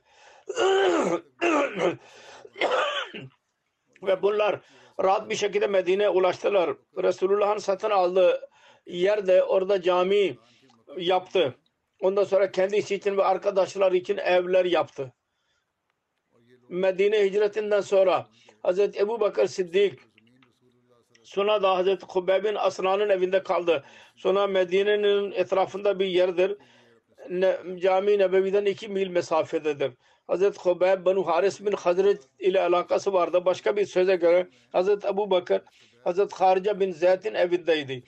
Ve bunlar rahat bir şekilde Medine'ye ulaştılar. Resulullah'ın satın aldığı yerde orada cami yaptı. Ondan sonra kendisi için ve arkadaşlar için evler yaptı. Medine hicretinden sonra Hazreti Ebu Bakır Siddik Sonra da Hazreti Hubeyb bin Aslan'ın evinde kaldı. Sonra Medine'nin etrafında bir yerdir. Ne, Cami-i Nebevi'den iki mil mesafededir. Hazreti Hubeyb Banu Haris bin Hazret ile alakası vardı. Başka bir söze göre Hazreti Ebu Bakır Hazreti Harice bin Zeyd'in evindeydi.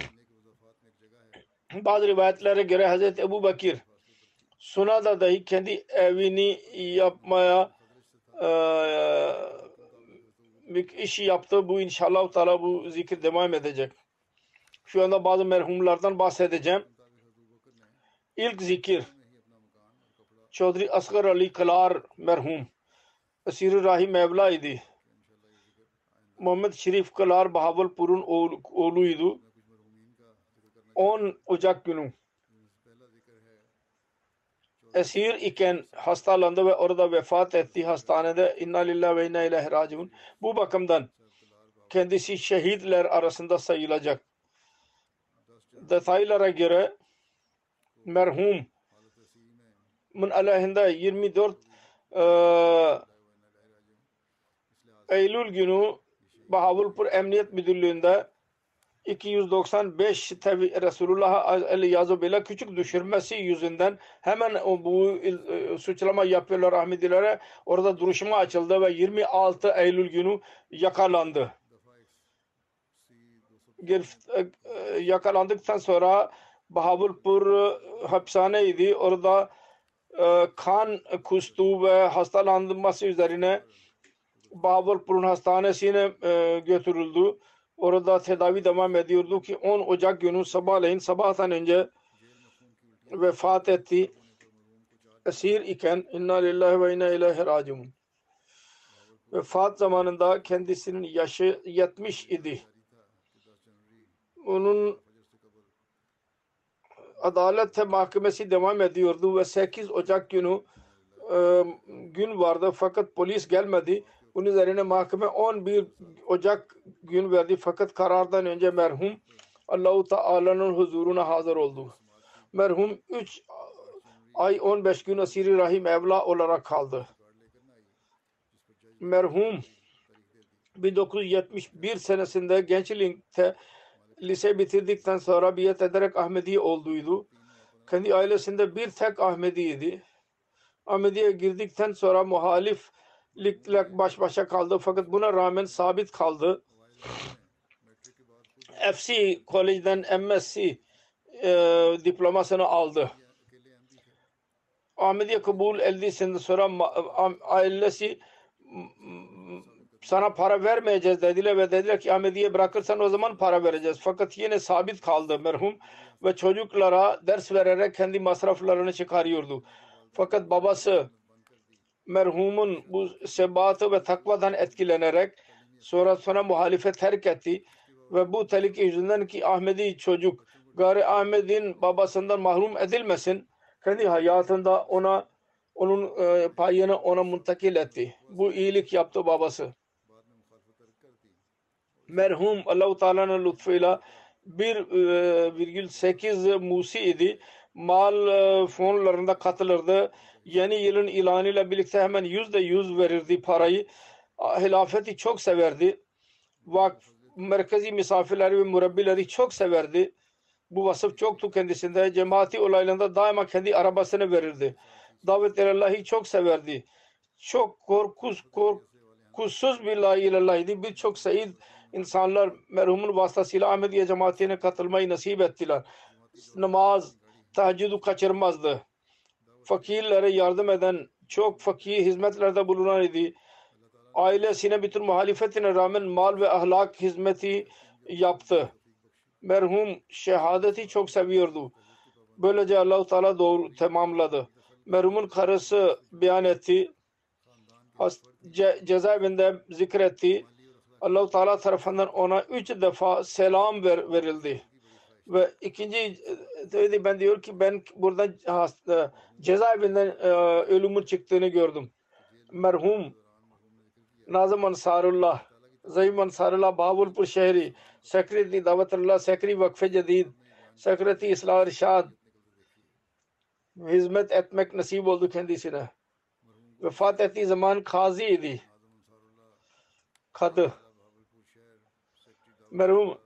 Bazı rivayetlere göre Hazreti Ebu Bakır Suna'da dahi kendi evini yapmaya e, bir işi yaptı. Bu inşallah Teala bu zikir devam edecek. Şu anda bazı merhumlardan bahsedeceğim. İlk zikir Çodri Asgar Ali Kalar merhum Esir-i Rahi Mevla idi. Muhammed Şerif Kalar Bahawalpur'un oğluydu. on Ocak günü esir iken hastalandı ve orada vefat etti hastanede. İnna lillahi ve inna ileyhi raciun. Bu bakımdan kendisi şehitler arasında sayılacak. Detaylara göre merhum mun aleyhinde yirmi dört Eylül günü Bahawalpur Emniyet Müdürlüğü'nde iki yüz doksan beş tabi Resulullah Aleyhisselam küçük düşürmesi yüzünden hemen bu suçlama yapıyorlar Ahmedilere. Orada duruşma açıldı ve yirmi altı Eylül günü yakalandı. Yakalandıktan sonra Bahawalpur hapishaneydi. Orada kan kustu ve hastalanması üzerine Bahawalpur'un hastanesine götürüldü. Orada tedavi devam ediyordu ki on Ocak günü sabahleyin sabahtan önce vefat etti. Esir iken inna lillahi ve inna ileyhi raciun. Vefat zamanında kendisinin yaşı yetmiş idi. Onun adalet mahkemesi devam ediyordu ve sekiz Ocak günü e, gün vardı fakat polis gelmedi. Bunun üzerine mahkeme on bir Ocak gün verdi fakat karardan önce merhum Allah-u Teala'nın huzuruna hazır oldu. Merhum üç ay on beş gün Esir-i Rahim Evla olarak kaldı. Merhum bin dokuz yüz yetmiş bir senesinde gençlikte lise bitirdikten sonra biat ederek Ahmedi olduydu. Kendi ailesinde bir tek Ahmedi'ydi. Ahmedi'ye girdikten sonra muhaliflikle baş başa kaldı fakat buna rağmen sabit kaldı. F C College'den M S C e, diplomasını aldı. Ahmedi'ye kabul edildikten sonra ailesi sana para vermeyeceğiz dediler ve dediler ki Ahmedi'ye bırakırsan o zaman para vereceğiz. Fakat yine sabit kaldı merhum ve çocuklara ders vererek kendi masraflarını çıkarıyordu. Fakat babası merhumun bu sebatı ve takvadan etkilenerek sonra sonra muhalefet terk etti ve bu tehlike yüzünden ki Ahmedi çocuk gari Ahmet'in babasından mahrum edilmesin kendi hayatında ona onun e, payını ona muntakil etti. Bu iyilik yaptı babası. Merhum Allah-u Teala'nın lütfuyla bir virgül sekiz musi idi. Mal e, fonlarında katılırdı. Yeni yılın ilanıyla birlikte hemen yüzde yüz verirdi parayı. Hilafeti çok severdi. Vakf, merkezi misafirleri ve murabbileri çok severdi. Bu vasıf çoktu kendisinde. Cemaati olaylarında daima kendi arabasını verirdi. Davet Allah'ı çok severdi. Çok korkus, korkusuz bir la ilahe illallah'ydı. Birçok seyit insanlar merhumun vasıtasıyla Ahmediye cemaatine katılmayı nasip ettiler. Namaz, teheccüdü kaçırmazdı. Fakirlere yardım eden, çok fakir hizmetlerde bulunan idi. Ailesine bütün muhalefetine rağmen mal ve ahlak hizmeti yaptı. Merhum şehadeti çok seviyordu. Böylece Allah-u Teala doğru tamamladı. Merhumun karısı beyan etti. Ce cezaevinde zikretti. Allah-u Teala tarafından ona üç defa selam ver, verildi. Ve ikinci dedi ben diyor ki ben buradan cezaevinden e, ölümün çıktığını gördüm. Merhum Nazım Ansarullah, Zahim Ansarullah Bahawalpur şehri, Sekreteri Davetullah, Sekreteri Vakfe Cedid, Sekreteri İslah Irşad hizmet etmek nasip oldu kendisine. Vefat ettiği zaman kazi idi. Kadı. merhum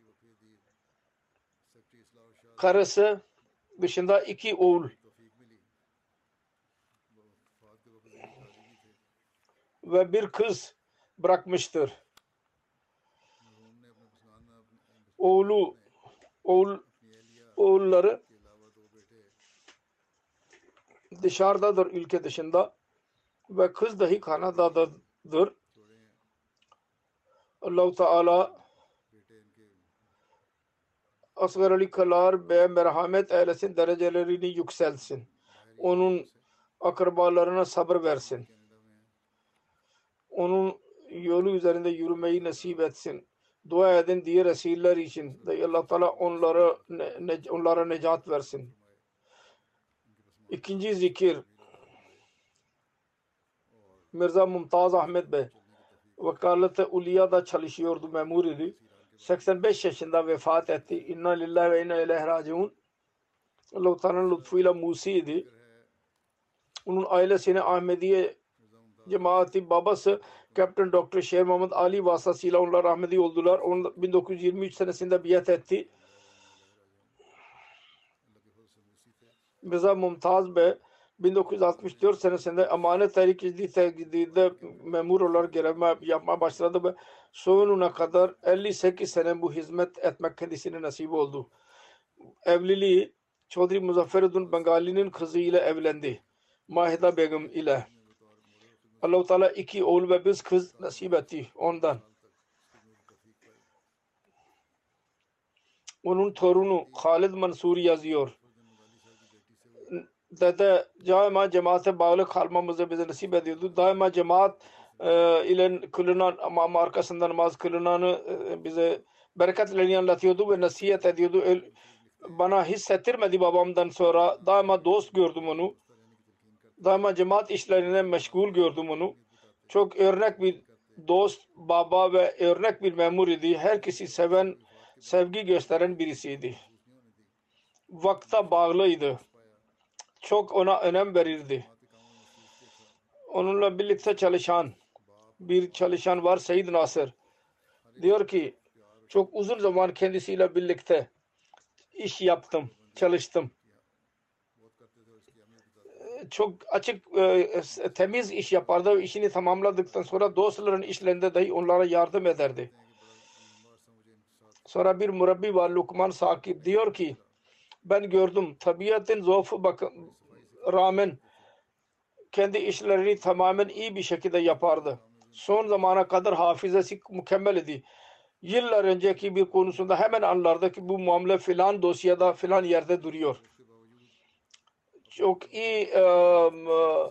karısı dışında iki oğul ve bir kız bırakmıştır. Oğlu, oğul, oğulları dışarıdadır, ülke dışında ve kız dahi Kanada'dadır. Allah-u Teala Asgar Ali Kalar Bey merhamet eylesin, derecelerini yükselsin. Onun akrabalarına sabır versin. Onun yolu üzerinde yürümeyi nasip etsin. Dua edin diğer esirler için. Allah Teala onlara ne, onlara necat versin. İkinci zikir Mirza Mumtaz Ahmet Bey Vekalet-i Uliya'da çalışıyordu, memur idi. seksen beş yaşında vefat etti. İnna lillahi ve inna ileyhi raciun. Allah-u Teala'nın lütfuyla Musi idi. Onun ailesine Ahmediye cemaati babası Kaptan Doktor Şer Muhammed Ali vasıtasıyla onlar Ahmedi oldular. Onun bin dokuz yüz yirmi üç senesinde biat etti. Mirza Mumtaz Bey bin dokuz yüz altmış dört senesinde Emanet Tehrikçiliği Tehdide memur olarak görev yapmaya başladı ve sonuna kadar elli sekiz sene bu hizmet etmek kendisine nasip oldu. Evliliği Çodri Muzafferuddin Bengali'nin kızı ile evlendi. Mahida Begum ile. Allah-u Teala iki oğul ve bir kız nasip etti ondan. Onun torunu Halid Mansur yazıyor. Dede daima cemaate bağlı kalmamızı bize nasip ediyordu. Daima cemaat e, ile kılınan ama arkasında namaz kılınanı e, bize bereketlerini anlatıyordu ve nasihat ediyordu. El, bana hissettirmedi babamdan sonra. Daima dost gördüm onu. Daima cemaat işlerine meşgul gördüm onu. Çok örnek bir dost, baba ve örnek bir memur idi. Herkesi seven, sevgi gösteren birisiydi. Vakta bağlıydı. Çok ona önem verirdi. Onunla birlikte çalışan bir çalışan var, Seyyid Nasır. Diyor ki çok uzun zaman kendisiyle birlikte iş yaptım, çalıştım. Çok açık, e, temiz iş yapardı. İşini tamamladıktan sonra dostların işlerinde dahi onlara yardım ederdi. Sonra bir murabbi var, Lukman Sakib, diyor ki ben gördüm tabiatın zaafı bakın rağmen kendi işlerini tamamen iyi bir şekilde yapardı. Son zamana kadar hafızası mükemmel idi. Yıllar önceki bir konusunda hemen anlardı ki bu muamele filan dosyada filan yerde duruyor. Çok iyi um,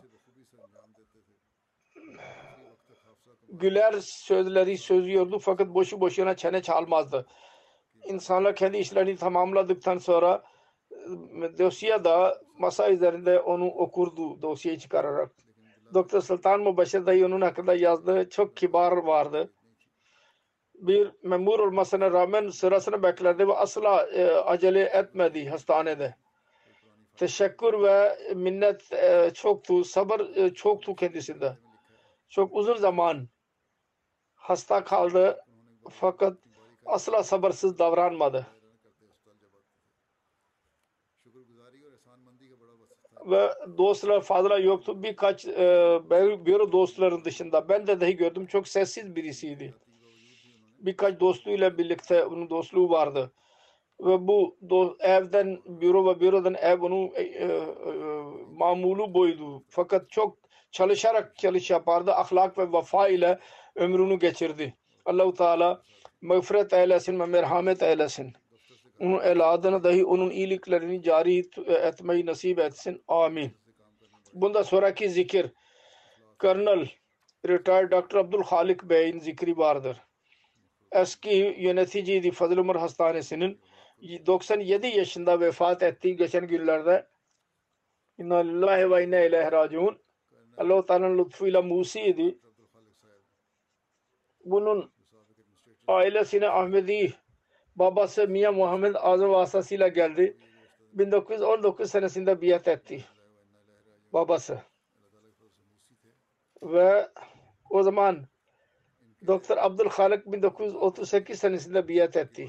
güler sözleri söylüyordu fakat boşu boşuna çene çalmazdı. İnsanlar kendi işlerini tamamladıktan sonra dosyada masa üzerinde onu okurdu dosyayı çıkararak. Doktor Sultan Mübeşşir dahi onun hakkında yazdığı çok kibar vardı. Bir memur olmasına rağmen sırasını bekledi ve asla e, acele etmedi hastanede. Teşekkür ve minnet e, çoktu, sabır e, çoktu kendisinde. Çok uzun zaman hasta kaldı fakat asla sabırsız davranmadı. Ve dostlar fazla yoktu. Birkaç e, büro dostların dışında. Ben de dahi gördüm. Çok sessiz birisiydi. Birkaç dostuyla birlikte onun dostluğu vardı. Ve bu do, evden büro ve bürodan ev onun e, e, e, mamulu buydu. Fakat çok çalışarak çalış yapardı. Ahlak ve vefa ile ömrünü geçirdi. Allah-u Teala mağfiret eylesin ve merhamet eylesin. Onun evladına dahi onun iyiliklerini cari etmeyi nasip etsin. Amin. Bundan sonraki zikir Colonel Retired Doktor Abdülhalik Bey'in zikri vardır. Eski yöneticiydi Fazıl Umar Hastanesi'nin. doksan yedi yaşında vefat ettiği geçen günlerde. İnna lillahi ve inna ileyhi raciun. Allah-u Teala'nın lütfuyla Musi'ydi. Bunun ailesine Ahmedi babası Miya Muhammed Azam vasıtasıyla geldi. bin dokuz yüz on dokuz senesinde biat etti babası. Ve o zaman Doktor Abdülhalik bin dokuz yüz otuz sekiz senesinde biat etti.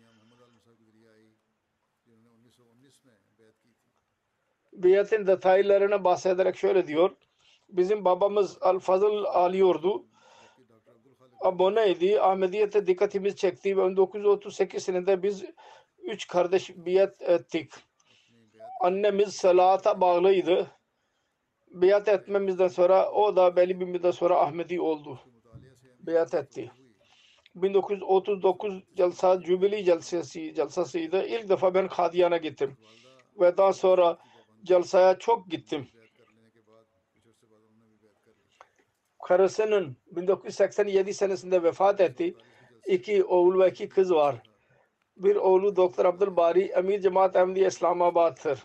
Biatın detaylarına bahsederek şöyle diyor. Bizim babamız Al-Fazıl alıyordu. Aboneydi. Ahmediyet'e dikkatimiz çekti ve bin dokuz yüz otuz sekiz senede biz üç kardeş biat ettik. Annemiz salata bağlıydı. Biat etmemizden sonra o da belli bir müddet sonra Ahmedi oldu. Biat etti. bin dokuz yüz otuz dokuz Jalsa Jubili Jalsası, Jalsasıydı. İlk defa ben Kadiyan'a gittim. Ve daha sonra Jalsa'ya çok gittim. Karısının bin dokuz yüz seksen yedi senesinde vefat etti. İki oğul ve iki kız var. Bir oğlu Doktor Abdülbari Emir Cemaat Ahmediye İslamabad'tır.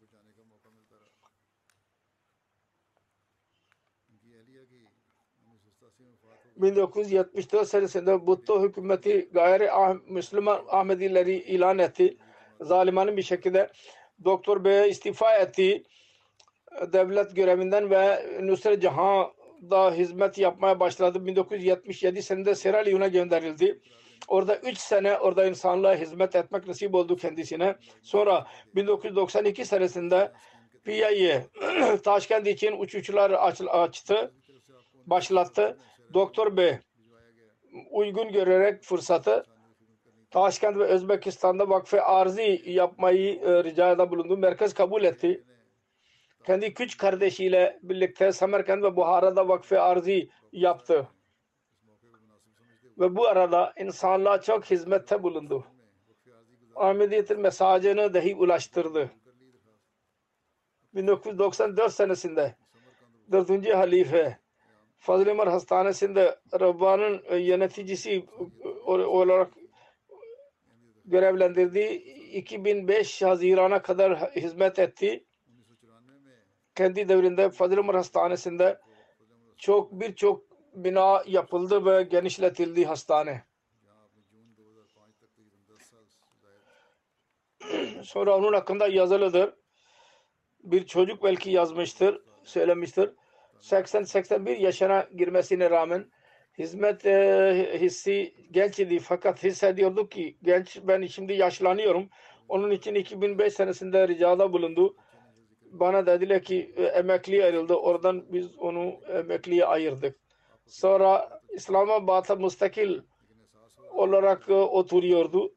bin dokuz yüz yetmiş dört senesinde Bhutto hükümeti gayri Müslüman Ahmedileri ilan etti. Zalimane bir şekilde Doktor Bey istifa etti devlet görevinden ve Nusret Cahan'da hizmet yapmaya başladı. bin dokuz yüz yetmiş yedi senesinde Sierra Leone'a gönderildi. Orada üç sene orada insanlığa hizmet etmek nasip oldu kendisine. Sonra bin dokuz yüz doksan iki senesinde P I A Taşkent için uçuşlar açtı, başlattı. Doktor Bey uygun görerek fırsatı Taşkent ve Özbekistan'da vakfe arzi yapmayı e, ricada bulundu. Merkez kabul etti. Kendi küçük kardeşiyle birlikte Samarkand ve Buhara'da vakfe arzi yaptı. Ve bu arada insanlığa çok hizmette bulundu. Ahmediyet'in mesajını dahi ulaştırdı. bin dokuz yüz doksan dört senesinde dördüncü halife Fazıl Ömer Hastanesi'nde Rabbani'nin yöneticisi olarak görevlendirdi. iki bin beş Haziran'a kadar hizmet etti. Kendi devrinde Fazıl Ömer Hastanesi'nde çok birçok bina yapıldı ve genişletildi hastane. Sonra onun hakkında yazılıdır. Bir çocuk belki yazmıştır, söylemiştir. seksen seksen bir yaşına girmesine rağmen hizmet e, hissi genç idi. Fakat hissediyordu ki genç, ben şimdi yaşlanıyorum. Onun için iki bin beş senesinde ricada bulundu. Bana dediler ki e, emekliye ayrıldı. Oradan biz onu emekliye ayırdık. Sonra İslamabad'a müstakil olarak e, oturuyordu.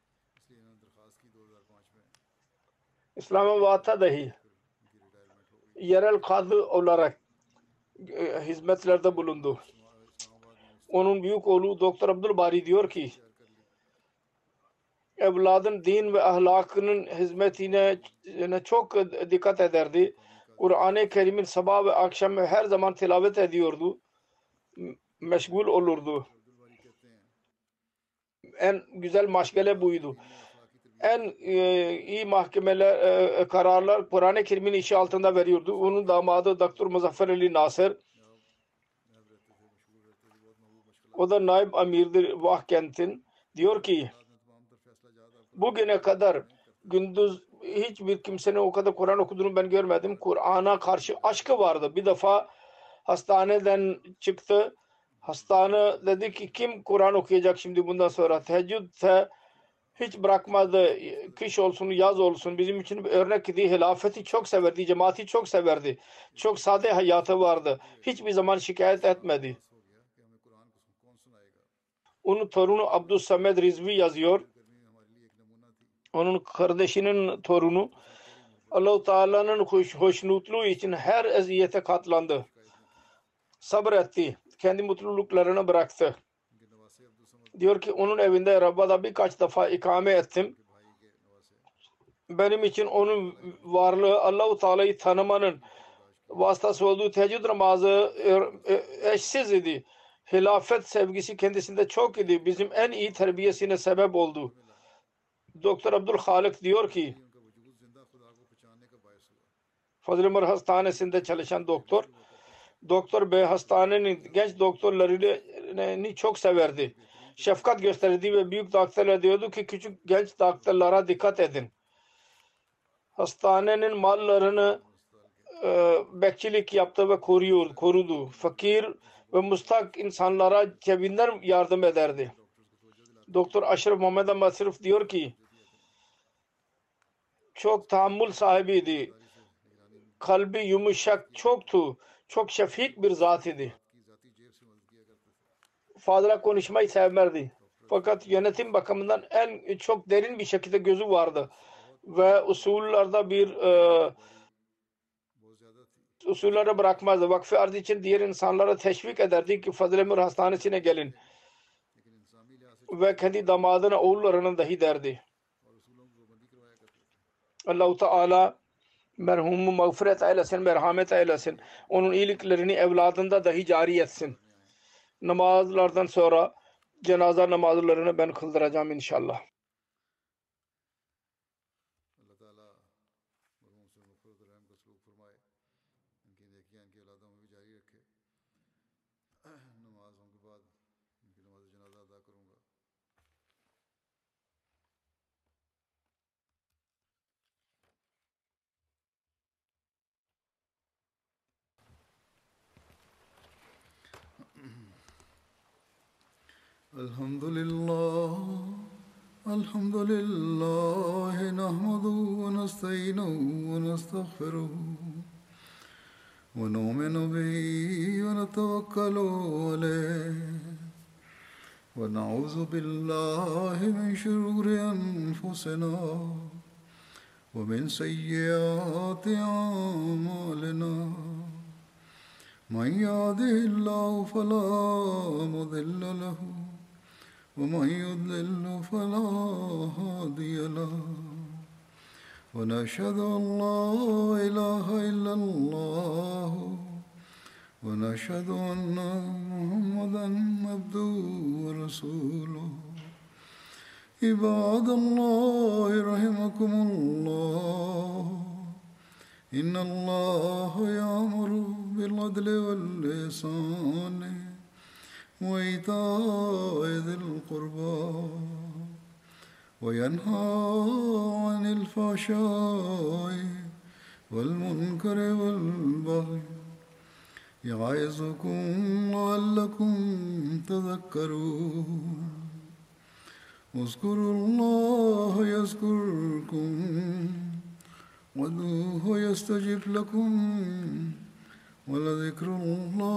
İslamabad'da dahi yerel kadı olarak e, hizmetlerde bulundu. Onun büyük oğlu Doktor Abdülbari diyor ki evladın din ve ahlakının hizmetine çok dikkat ederdi. Kur'an-ı Kerim'in sabah ve akşam her zaman tilavet ediyordu. Meşgul olurdu. En güzel maşgale buydu. En e, iyi mahkemeler, e, kararlar Kur'an-ı Kerim'in işi altında veriyordu. Onun damadı Doktor Muzaffer Ali Nasır. O da naib amirdir Vah kentin. Diyor ki bugüne kadar gündüz hiçbir kimsenin o kadar Kur'an okuduğunu ben görmedim. Kur'an'a karşı aşkı vardı. Bir defa hastaneden çıktı. Hastane dedi ki kim Kur'an okuyacak şimdi bundan sonra? Teheccüd'te hiç bırakmadı. Kış olsun, yaz olsun. Bizim için bir örnek idi. Hilafeti çok severdi. Cemaati çok severdi. Çok sade hayatı vardı. Hiçbir zaman şikayet etmedi. Onun torunu Abdüssamed Rizvi yazıyor. Onun kardeşinin torunu Allah-u Teala'nın hoş, hoşnutluğu için her eziyete katlandı. Sabretti. Kendi mutluluklarını bıraktı. Diyor ki onun evinde Rabba'da birkaç defa ikame ettim. Benim için onun varlığı Allah-u Teala'yı tanımanın vasıtası olduğu teheccüd namazı eşsiz idi. Hilafet sevgisi kendisinde çok idi. Bizim en iyi terbiyesine sebep oldu. Doktor Abdülhalik diyor ki Fazıl Ömer Hastanesi'nde çalışan doktor Doktor Bey hastanenin genç doktorlarını çok severdi. Şefkat gösterdi ve büyük doktorlar diyordu ki küçük genç doktorlara dikkat edin. Hastanenin mallarını e, bekçilik yaptı ve koruyor, korudu. Fakir ve mustak insanlara cebinden yardım ederdi. Doktor Aşraf Muhammed Masruf diyor ki çok tahammül sahibiydi. Kalbi yumuşak çoktu. Çok şefik bir zat idi. Fazla konuşmayı sevmezdi. Fakat yönetim bakımından en çok derin bir şekilde gözü vardı. Ve usullerde bir e, usulleri bırakmazdı. Vakfı arz için diğer insanlara teşvik ederdi ki Fazıl Emir Hastanesi'ne gelin. Ve kendi damadına, oğullarına dahi derdi. Allah-u Teala merhumu mağfiret eylesin, merhamet eylesin. Onun iyiliklerini evladında dahi cari etsin. Namazlardan sonra cenaze namazlarını ben kıldıracağım inşallah. الحمد لله الحمد لله نحمده ونستعينه ونستغفره ونؤمن به ونتوكل عليه ونعوذ بالله من شرور أنفسنا ومن سيئات أعمالنا من يهده الله فلا مضل له ومن يضلل فلا هادي له ونشهد أن لا إله إلا الله ونشهد أن محمدا عبده ورسوله عباد الله رحمكم الله إن الله يأمر بالعدل والإحسان وإيتاء ذي القربى وينهى عن الفحشاء والمنكر والبغي يعظكم لعلكم تذكرون اذكروا الله يذكركم وادعوه يستجب لكم ولذكر الله